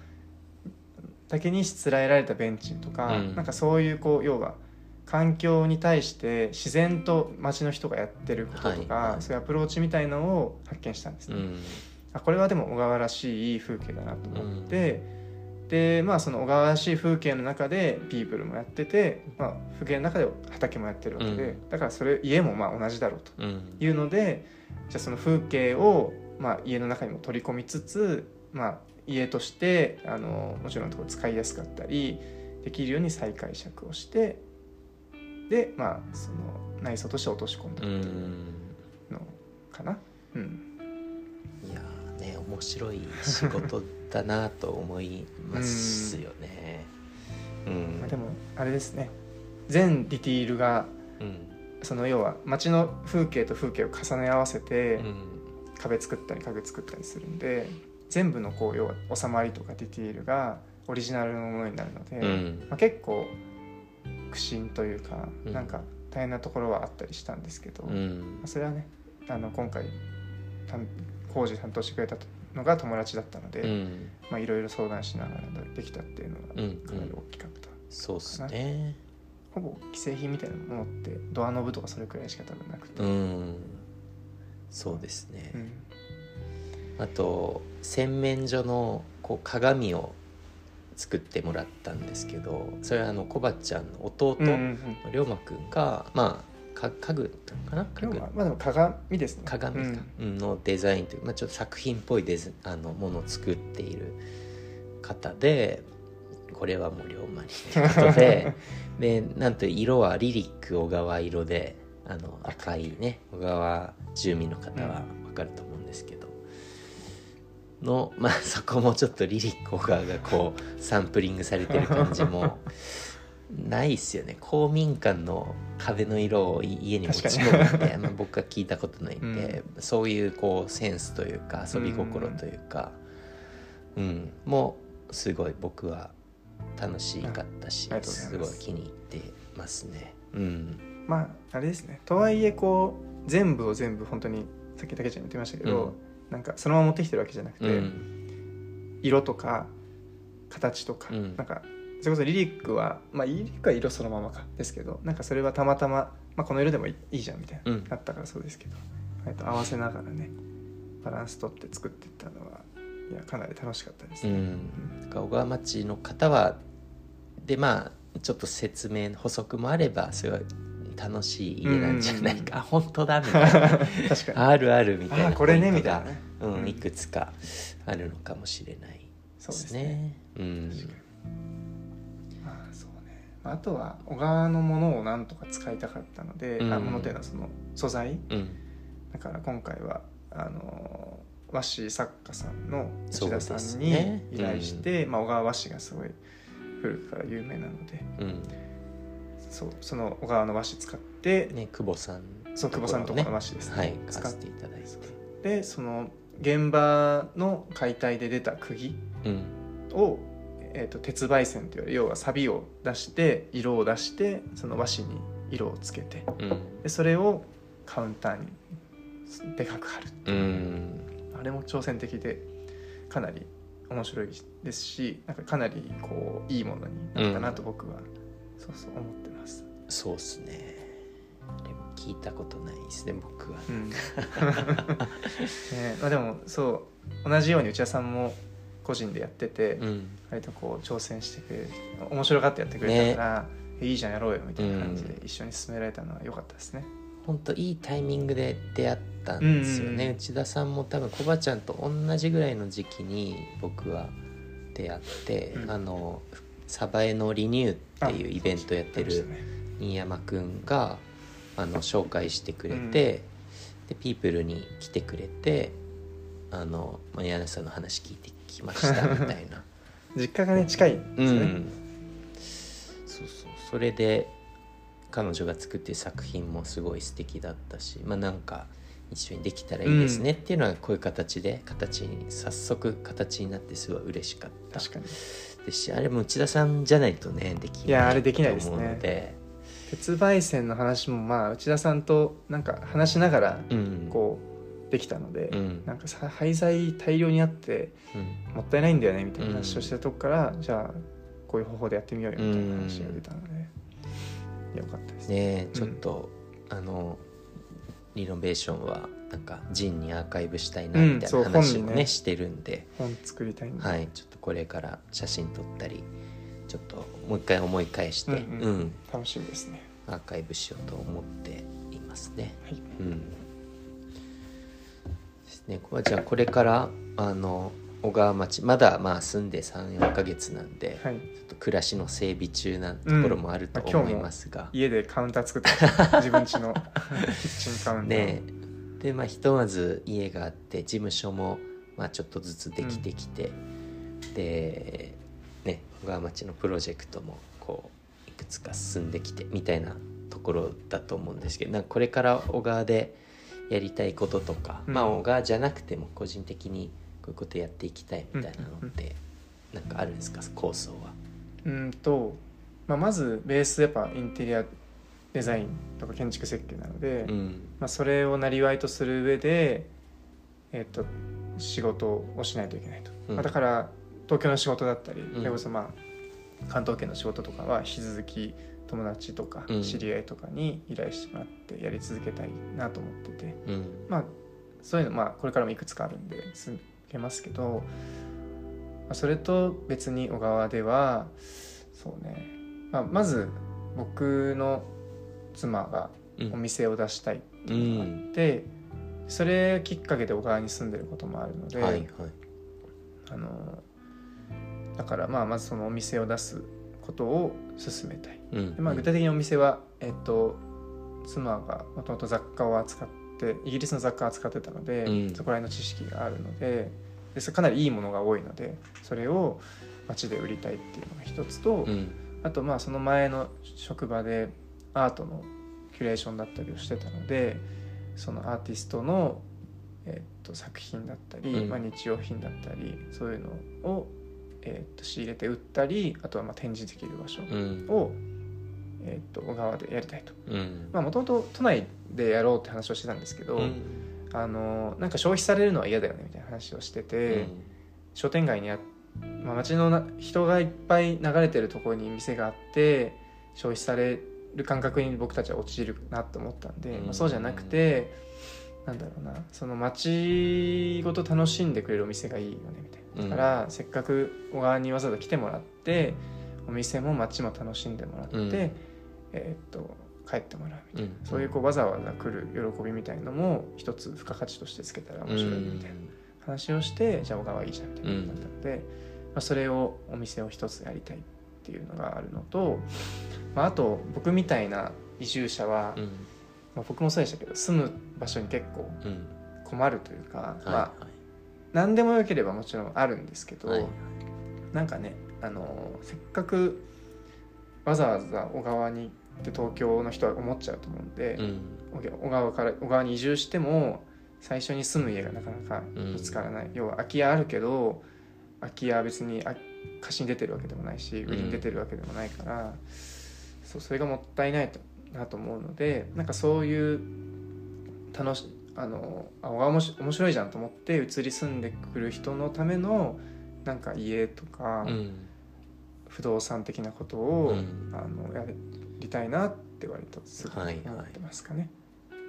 にしつらえられたベンチとか、なんかそういうこう要は環境に対して自然と街の人がやってることとか、そういうアプローチみたいのを発見したんですね、これはでも小川らしい風景だなと思って、でその小川らしい風景の中でピープルもやってて、風景の中で畑もやってるわけで、だからそれ家も同じだろうというので、じゃあその風景を家の中にも取り込みつつ、家としてもちろん使いやすかったりできるように再解釈をして、でその内装として落とし込んだっていうのかな。 いやね、面白い仕事だなと思いますよね。 でもあれですね、全ディティールが、その要は街の風景と風景を重ね合わせて、壁作ったり家具作ったりするんで、全部のこう要は収まりとかディティールがオリジナルのものになるので、結構苦心というか、なんか大変なところはあったりしたんですけど、それはね今回工事担当してくれたのが友達だったので、いろいろ相談しながらできたっていうのがかなり大きかった、 そうですね。 ほぼ既製品みたいなものってドアノブとかそれくらいしか多分なくて、 そうですね、あと洗面所のこう鏡を作ってもらったんですけど、それはコバちゃんの弟の龍馬くんが家具かな、 でも鏡ですね、 鏡か、のデザインという、ちょっと作品っぽいものを作っている方で、これはもう龍馬にということででなんと色はリリック小川色で赤いね、小川住民の方は分かると思うんですけど、そこもちょっとリリック小川がこうサンプリングされてる感じもないっすよね。公民館の壁の色を家に持ち込むって、僕は聞いたことないんで、そういうこうセンスというか遊び心というか、もうすごい僕は楽しかったし、すごい気に入ってますね。 あれですね、とはいえこう全部を全部本当にさっきたけちゃん言ってましたけど、なんかそのまま持ってきてるわけじゃなくて、色とか形とか、なんかそれこそリリックはリリックは色そのままかですけど、なんかそれはたまたま、この色でもいいじゃんみたいな、だったからそうですけど、合わせながらねバランス取って作っていったのはいやかなり楽しかったですね、 小川町の方はでまあちょっと説明補足もあればすごい楽しい家なんじゃないか、本当だみたいな確かにあるあるみたいなこれねみたいな、 いくつかあるのかもしれないですね。そうですね。 あとは小川のものをなんとか使いたかったので、ものというのはその素材、だから今回は和紙作家さんの内田さんに依頼して、小川和紙がすごい古くから有名なので、その小川の和紙使って、 久保さんとこの和紙ですね、 使っていただいて、でその現場の解体で出た釘を、鉄媒染という要は錆を出して色を出してその和紙に色をつけて、でそれをカウンターにでかく貼るっていう、あれも挑戦的でかなり面白いですし、なんかかなりこういいものになったなと僕は、そう思ってます。 そうですね。でも聞いたことないですね僕は、 でもそう同じように内田さんも個人でやってて、割とこう挑戦してくれる面白がってやってくれたから、いいじゃんやろうよみたいな感じで一緒に進められたのは良かったですね。 本当いいタイミングで出会ったんですよね、内田さんも多分コバちゃんと同じぐらいの時期に僕は出会って、鯖江のリニューっていうイベントやってる新山くんが紹介してくれて、でピープルに来てくれて柳さんの話聞いてきましたみたいな実家がね近いんですね、 それで彼女が作ってる作品もすごい素敵だったし、なんか一緒にできたらいいですねっていうのはこういう形に早速形になってすごい嬉しかったですし、あれも内田さんじゃないとねできないと思うので、 鉄媒染の話も内田さんとなんか話しながらこうできたので、なんか廃材大量にあってもったいないんだよねみたいな話をしたとこから、じゃあこういう方法でやってみようよみたいな話が出たので、よかったですね。 ちょっとリノベーションはなんかジンにアーカイブしたいなみたいな話もねしてるんで、 本作りたいんで、 ちょっとこれから写真撮ったりちょっともう一回思い返して、 楽しみですね。 アーカイブしようと思っていますね。ですね。じゃあこれから小川町まだ住んで 3,4 ヶ月なんで、ちょっと暮らしの整備中なところもあると思いますが、 家でカウンター作ってました自分家のキッチンカウンターでひとまず家があって事務所もちょっとずつできてきて、で小川町のプロジェクトもこういくつか進んできてみたいなところだと思うんですけど、これから小川でやりたいこととか、小川じゃなくても個人的にこういうことやっていきたいみたいなのってなんかあるんですか、構想は。 まずベースやっぱインテリアデザインとか建築設計なので、それを生業とする上で、仕事をしないといけないと、だから東京の仕事だったり、それこそ関東圏の仕事とかは引き続き友達とか知り合いとかに依頼してもらってやり続けたいなと思ってて、そういうのこれからもいくつかあるんで続けますけど、それと別に小川ではまず僕の妻がお店を出したいっていうのがあって、それきっかけで小川に住んでることもあるので、だからまずそのお店を出すことを進めたい、具体的にお店は、妻がもともと雑貨を扱ってイギリスの雑貨を扱ってたので、そこら辺の知識があるので、かなりいいものが多いのでそれを街で売りたいっていうのが一つと、あとその前の職場でアートのキュレーションだったりをしてたので、そのアーティストの、作品だったり、日用品だったりそういうのを、仕入れて売ったり、あとは展示できる場所を、小川でやりたいと。もともと都内でやろうって話をしてたんですけど、なんか消費されるのは嫌だよねみたいな話をしてて、商店街に街の人がいっぱい流れてるところに店があって消費される感覚に僕たちは陥るなと思ったんで、そうじゃなくてなんだろうな、その街ごと楽しんでくれるお店がいいよねみたいな。だから、せっかく小川にわざわざ来てもらってお店も街も楽しんでもらって、帰ってもらうみたいな、そういうわざわざ来る喜びみたいのも一つ付加価値としてつけたら面白いみたいな話をして、じゃあ小川いいじゃんみたいなことだったので、それをお店を一つやりたいっていうのがあるのと、あと僕みたいな移住者は、僕もそうでしたけど住む場所に結構困るというか、何でもよければもちろんあるんですけど、なんかね、せっかくわざわざ小川にって東京の人は思っちゃうと思うんで、小川に移住しても最初に住む家がなかなか見つからない、要は空き家あるけど空き家は別に貸しに出てるわけでもないし売りに出てるわけでもないから、それがもったいないなと思うので、なんかそういう小川面白いじゃんと思って移り住んでくる人のためのなんか家とか、不動産的なことを、やりたいなって割とすごい思ってますかね。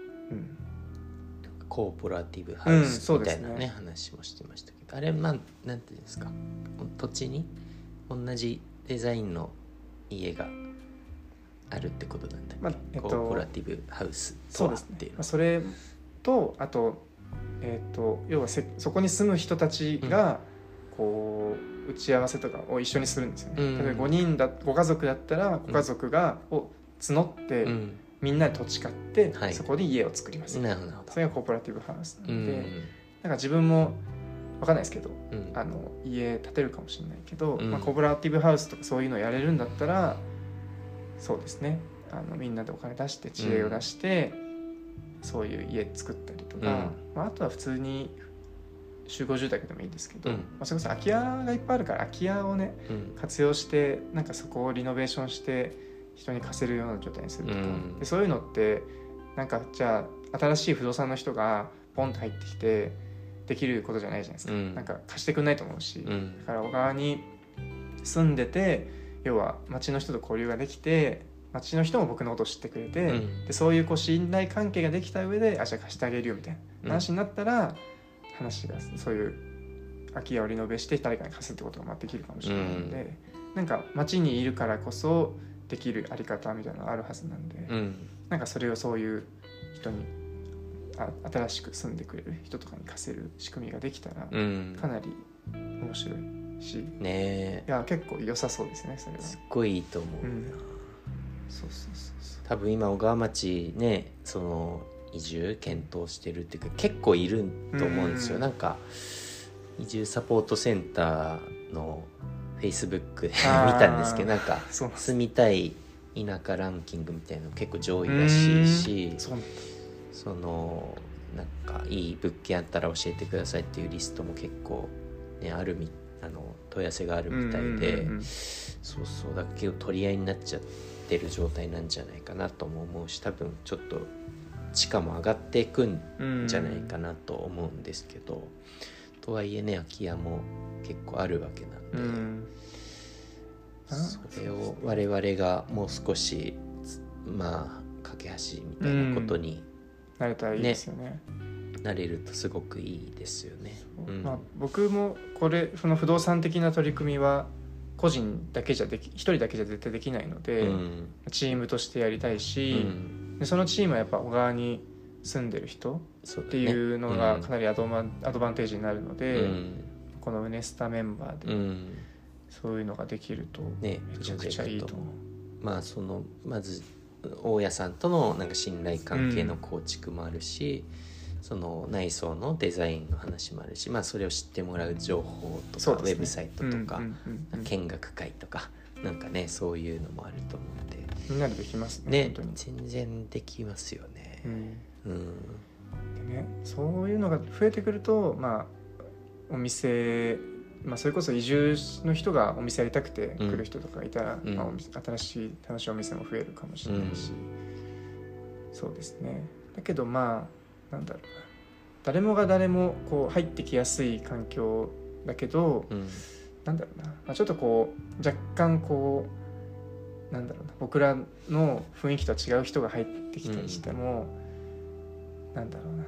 コーポラティブハウスみたいな話もしてましたけど、あれなんていうんですか、土地に同じデザインの家があるってことなんだっけ、コーポラティブハウスとはっていうの。 それとあと、要はそこに住む人たちがこう打ち合わせとかを一緒にするんですよね。例えばご家族だったらご家族を募って、みんなで土地買って、そこで家を作ります。 なるほど。 それがコーポラティブハウスなので、なんか自分も分かんないですけど、家建てるかもしれないけど、コーポラティブハウスとかそういうのをやれるんだったら、そうですね、みんなでお金出して知恵を出して、そういう家作ったりとか、あとは普通に集合住宅でもいいですけど、それこそ空き家がいっぱいあるから空き家をね、活用してなんかそこをリノベーションして人に貸せるような状態にするとか、でそういうのってなんかじゃあ新しい不動産の人がポンと入ってきてできることじゃないじゃないですか、なんか貸してくんないと思うし、だから小川に住んでて、要は町の人と交流ができて、町の人も僕のことを知ってくれて、でそういう信頼関係ができた上で、じゃあ貸してあげるよみたいな話になったら、話がそういう空き家をリノベして誰かに貸すってことができるかもしれないので、なんか町にいるからこそできるあり方みたいなのがあるはずなんで、なんかそれをそういう人に新しく住んでくれる人とかに貸せる仕組みができたら、かなり面白いし、いや結構良さそうですね。それはすっごいいいと思う、そう多分今小川町ね、その移住検討してるっていうか結構いると思うんですよ、なんか移住サポートセンターのフェイスブックで見たんですけど、なんか住みたい田舎ランキングみたいなの結構上位らしいし、そのなんかいい物件あったら教えてくださいっていうリストも結構、ね、問い合わせがあるみたいで、そうだけど取り合いになっちゃってる状態なんじゃないかなとも思うし、多分ちょっと地価も上がっていくんじゃないかなと思うんですけど、とはいえね、空き家も結構あるわけなんで、それを我々がもう少し架け橋みたいなことに、 なれたらいいですよね。 なれるとすごくいいですよね。 僕もその不動産的な取り組みは個人だけじゃ一人だけじゃ絶対できないので、チームとしてやりたいし、でそのチームはやっぱ小川に住んでる人っていうのがかなりアドバンテージになるので、このウネスタメンバーでそういうのができるとめちゃくちゃいいと思う。 まず大家さんとのなんか信頼関係の構築もあるし、その内装のデザインの話もあるし、それを知ってもらう情報とか、ウェブサイトとか、見学会とかなんかね、そういうのもあると思うので、 みんなでできますね。本当に全然できますよね。 でね、そういうのが増えてくると、お店、それこそ移住の人がお店やりたくて来る人とかいたら、新しい楽しいお店も増えるかもしれないし、そうですね。だけどなんだろうな、誰もが誰もこう入ってきやすい環境だけど、なんだろうな、ちょっとこう若干こうなんだろうな、僕らの雰囲気とは違う人が入ってきたりしても、なんだろうな、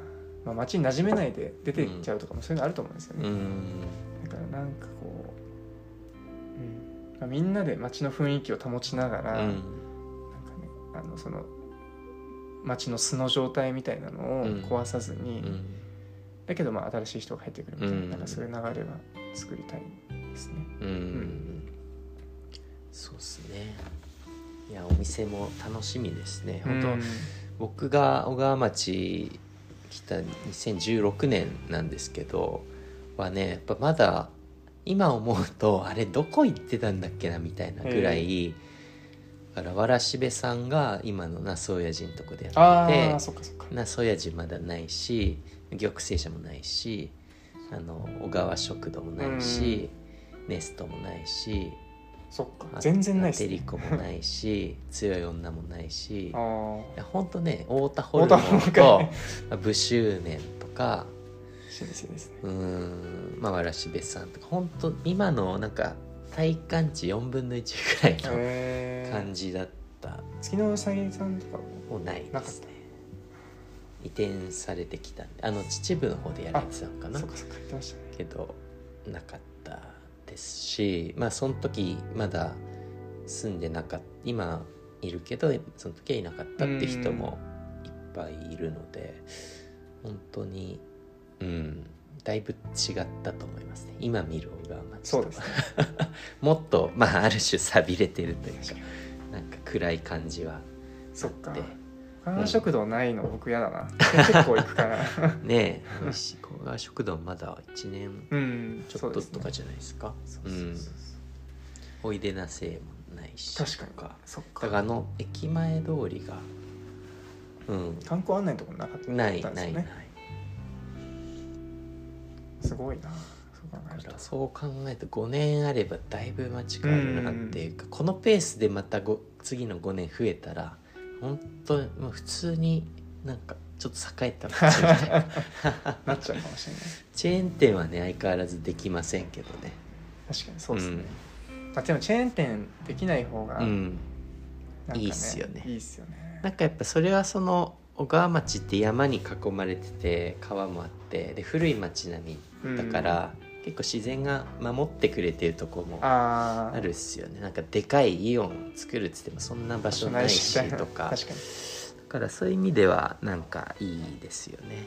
街に馴染めないで出ていっちゃうとかもそういうのあると思うんですよね、だからなんかこう、みんなで街の雰囲気を保ちながら、なんかね、その街の素の状態みたいなのを壊さずに、だけど新しい人が入ってくるみたいな、なんかそういう流れは作りたいですね。 そうですね。いやお店も楽しみですね。本当、僕が小川町来た2016年なんですけどはね、やっぱまだ今思うとあれどこ行ってたんだっけなみたいなぐらい、だからわらしべさんが今の那須親父のとこでやってて、那須親父まだないし、玉成社もないし、小川食堂もないし、ネストもないし、 そっか全然ないっすね。 アテリコもないし強い女もないし、いやほんとね、太田ホルモンと武州年とか老舗ですね。 わらしべさんとか、ほんと今のなんか体感値4分の1ぐらいの感じだった。 月のうさぎさんとかもうないですね。移転されてきたんで、秩父の方でやられてたのかな。 そっかそっか、言ってましたね。 けどなかったですし、その時まだ住んでなかった、今いるけどその時はいなかったって人もいっぱいいるので、本当にだいぶ違ったと思いますね、今見る小川町と。 そうですねもっとある種寂れてるというか、なんか暗い感じはあって。 そっか、小川食堂ないの僕嫌だな、結構行くからねえ、美味しい小川食堂まだ1年ちょっととかじゃないですか。おいでなせいもないし、 確かに。そっか、 だから駅前通りが観光案内のところなかったんですよね。 ないすごいな。 そう考えると5年あればだいぶ街変わるなっていうか、このペースでまた次の5年増えたら本当に普通になんかちょっと栄えた街みたいなっちゃうかもしれない。 チェーン店はね相変わらずできませんけどね。 確かにそうですね、でもチェーン店できない方が、 いいっすよね。 いいっすよね。 なんかやっぱそれはその小川町って山に囲まれてて川もあって、で古い町並みだから、結構自然が守ってくれてるとこもあるっすよね。なんかでかいイオン作るっつってもそんな場所ないしとか、 確かに。 だからそういう意味ではなんかいいですよね。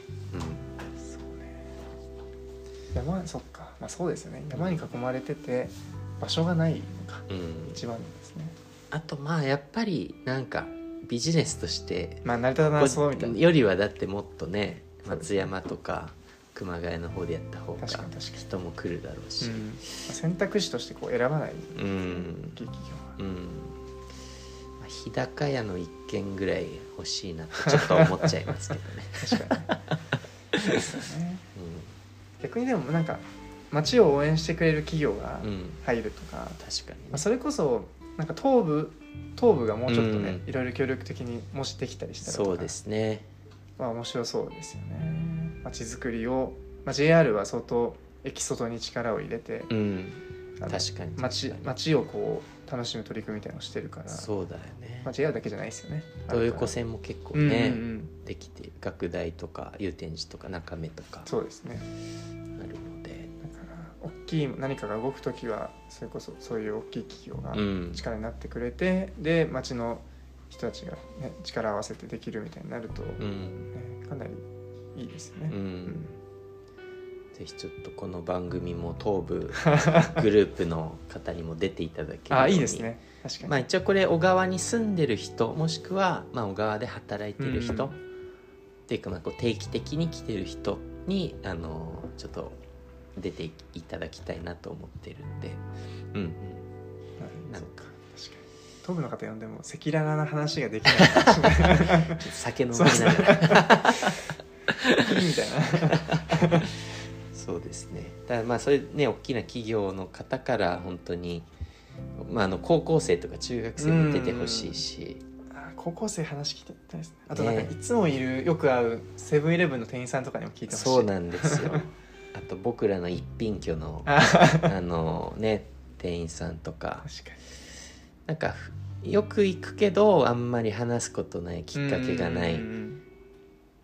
そうね。そっか、そうですよね。山に囲まれてて場所がないのか、一番ですね。 あとやっぱりなんかビジネスとして成り立たなそうみたいなよりは、だってもっとね松山とか熊谷の方でやった方が人も来るだろうし、 選択肢として選ばない劇場は、 日高屋の一軒ぐらい欲しいなってちょっと思っちゃいますけどね確かにそうですね、逆にでもなんか街を応援してくれる企業が入るとか、 確かに、 それこそなんか東部がもうちょっとね、いろいろ協力的にもしできたりしたらとか、 そうですね、 面白そうですよね。街づくりを、JR は相当駅外に力を入れて、 確かに街をこう楽しむ取り組みみたいなのをしてるから。そうだよね。JR だけじゃないですよね。 東横線も結構ね、できて、学大とか祐天寺とか中目とか、 そうですね、 あるので、 だから大きい何かが動くときはそれこそそういう大きい企業が力になってくれて、で街の人たちが、力を合わせてできるみたいになると、かなりいいですよね。ぜひちょっとこの番組も東部グループの方にも出ていただけるようにいいですね。確かに。 一応これ小川に住んでる人、もしくは小川で働いてる人、っていうかこう定期的に来てる人にちょっと出ていただきたいなと思ってるんで、なんか東部の方呼んでも赤裸々な話ができないかもしれない酒飲みながらみたいなそうですね。だからそういうね大きな企業の方から本当に、高校生とか中学生も出てほしいし、 高校生話聞きたいですね。あとなんかいつもいる、よく会うセブンイレブンの店員さんとかにも聞いてほしい。 そうなんですよあと僕らの一品居の店員さんとか、 確かになんかよく行くけどあんまり話すことない、きっかけがない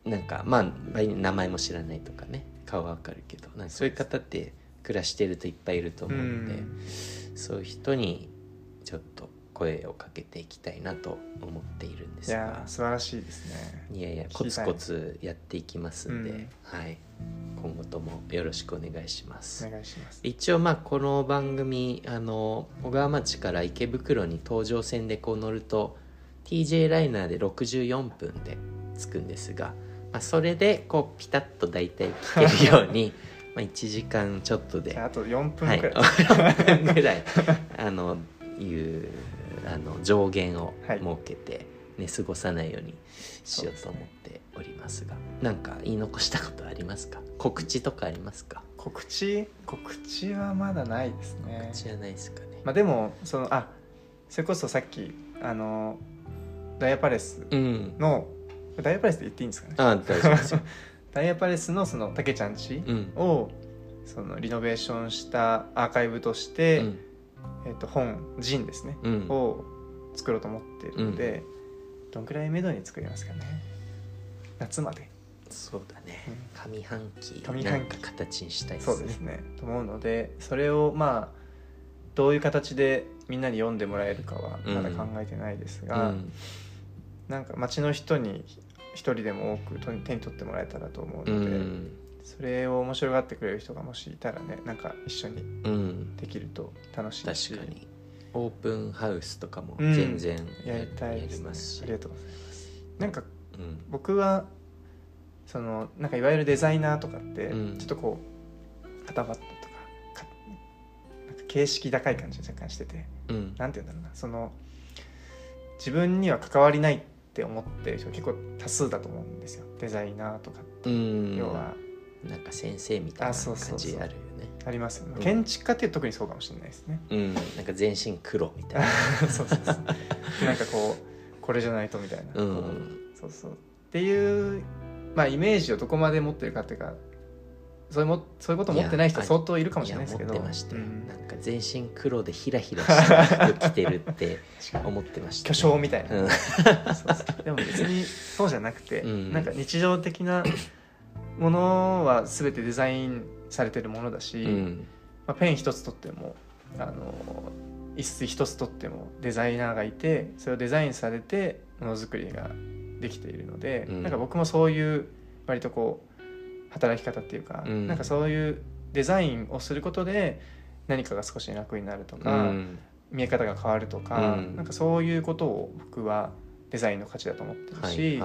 なんかまあ名前も知らないとかね、顔はわかるけど、なんかそういう方って暮らしてるといっぱいいると思うので、そういう人にちょっと声をかけていきたいなと思っているんですが。 いや素晴らしいですね。 いやいやコツコツやっていきますんで、はい、今後ともよろしくお願いします。 お願いします。 一応まあこの番組小川町から池袋に東上線でこう乗ると TJ ライナーで64分で着くんですが、まあ、それでこうピタッと大体聞けるようにまあ1時間ちょっとであと4分くらい、 はい、4分ぐらいいう上限を設けて寝過ごさないようにしようと思っておりますが、なんか言い残したことありますか？告知とかありますか？ 告知はまだないですね。 告知はないですかね。 まあでもそれこそさっきダイヤパレスの、ダイヤパレスって言っていいんですかね？ 大丈夫ですよ。 ダイヤパレスのそのたけちゃん家を、そのリノベーションしたアーカイブとして、本ジンですね、を作ろうと思っているので、どんくらい目処に作りますかね？夏まで。 そうだね、上半期なんか形にしたいですね。 そうですねと思うので、それをまあどういう形でみんなに読んでもらえるかはまだ考えてないですが、なんか街の人に一人でも多く手に取ってもらえたらと思うので、それを面白がってくれる人がもしいたらね、なんか一緒にできると楽しいし、 確かにオープンハウスとかも全然やりたいですね。 ますし、 ありがとうございます。なんか、僕はそのなんかいわゆるデザイナーとかってちょっとこう固まったとかなんか形式高い感じが若干してて、なんていうんだろうな、その自分には関わりないって思ってる人結構多数だと思うんですよ、デザイナーとかって。要はなんか先生みたいな感じあるよね。 ありますよね。建築家って特にそうかもしれないですね。 なんか全身黒みたいな。 そうなんかこうこれじゃないとみたいな、そうっていう、まあイメージをどこまで持ってるかっていうか、そういうこと持ってない人相当いるかもしれないですけど、 持ってましたよ、なんか全身黒でヒラヒラした服着てるって思ってました、 巨匠みたいな、でも別にそうじゃなくて、なんか日常的なものは全てデザインされてるものだし、ペン一つとっても一水一つとってもデザイナーがいて、それをデザインされてものづくりができているので、なんか僕もそういう割とこう働き方っていうか、なんかそういうデザインをすることで何かが少し楽になるとか、見え方が変わるとか、なんかそういうことを僕はデザインの価値だと思ってるし、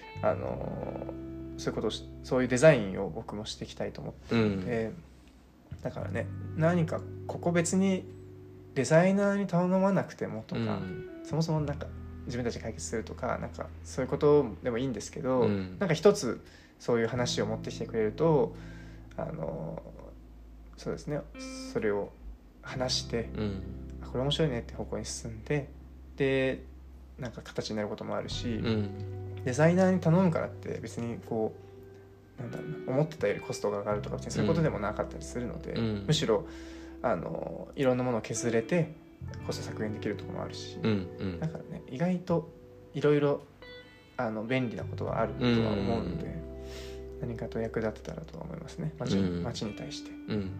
そういうことをそういうデザインを僕もしていきたいと思ってるので、だからね、何かここ別にデザイナーに頼まなくてもとか、そもそもなんか自分たちで解決するとか、なんかそういうことでもいいんですけど、なんか一つそういう話を持ってきてくれると、そうですね、それを話して、これ面白いねって方向に進んで、でなんか形になることもあるし、デザイナーに頼むからって別にこうなんだろうな、思ってたよりコストが上がるとかそういうことでもなかったりするので、むしろいろんなものを削れてコスト削減できるところもあるし、だからね、意外といろいろ便利なことはあるとは思うので、何かと役立てたらとは思いますね、街に対して。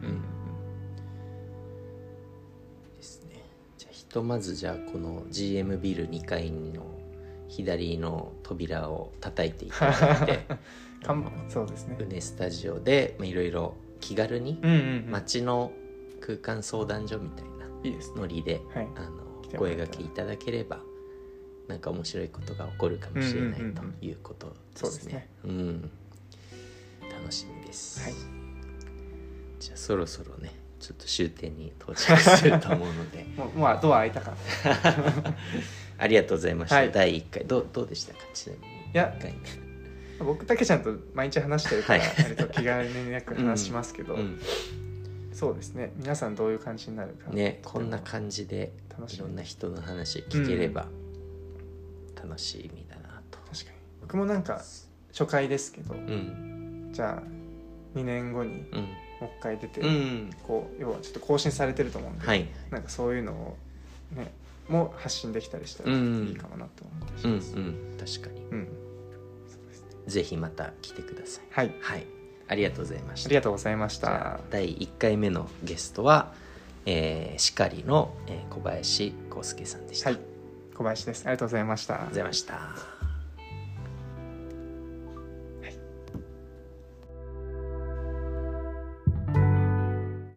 ですね。じゃあひとまずこの GM ビル2階の左の扉を叩いていただいてそうですね、 ウネスタジオでいろいろ気軽に街の空間相談所みたいなノリでお声掛けいただければ、なんか面白いことが起こるかもしれないということですね。楽しみです、じゃあそろそろね、ちょっと終点に到着すると思うのでもうドア開いたかありがとうございました、第1回どうでしたか？ちなみに。いや、僕たけちゃんと毎日話してるから割と気軽になく話しますけど、そうですね、皆さんどういう感じになるかね、こんな感じでいろんな人の話聞ければ楽しみだなと。 確かに僕もなんか初回ですけど、じゃあ2年後にもう一回出て、こう要はちょっと更新されてると思うんで、なんかそういうのをねも発信できたりしたらいいかもなと思ったりします。 確かに、そうですね。 ぜひまた来てください。 はい、 はい、ありがとうございました。 ありがとうございました。 第1回目のゲストは、シカリの、小林康介さんでした。 はい、小林です。ありがとうございました。 ありがとうございました。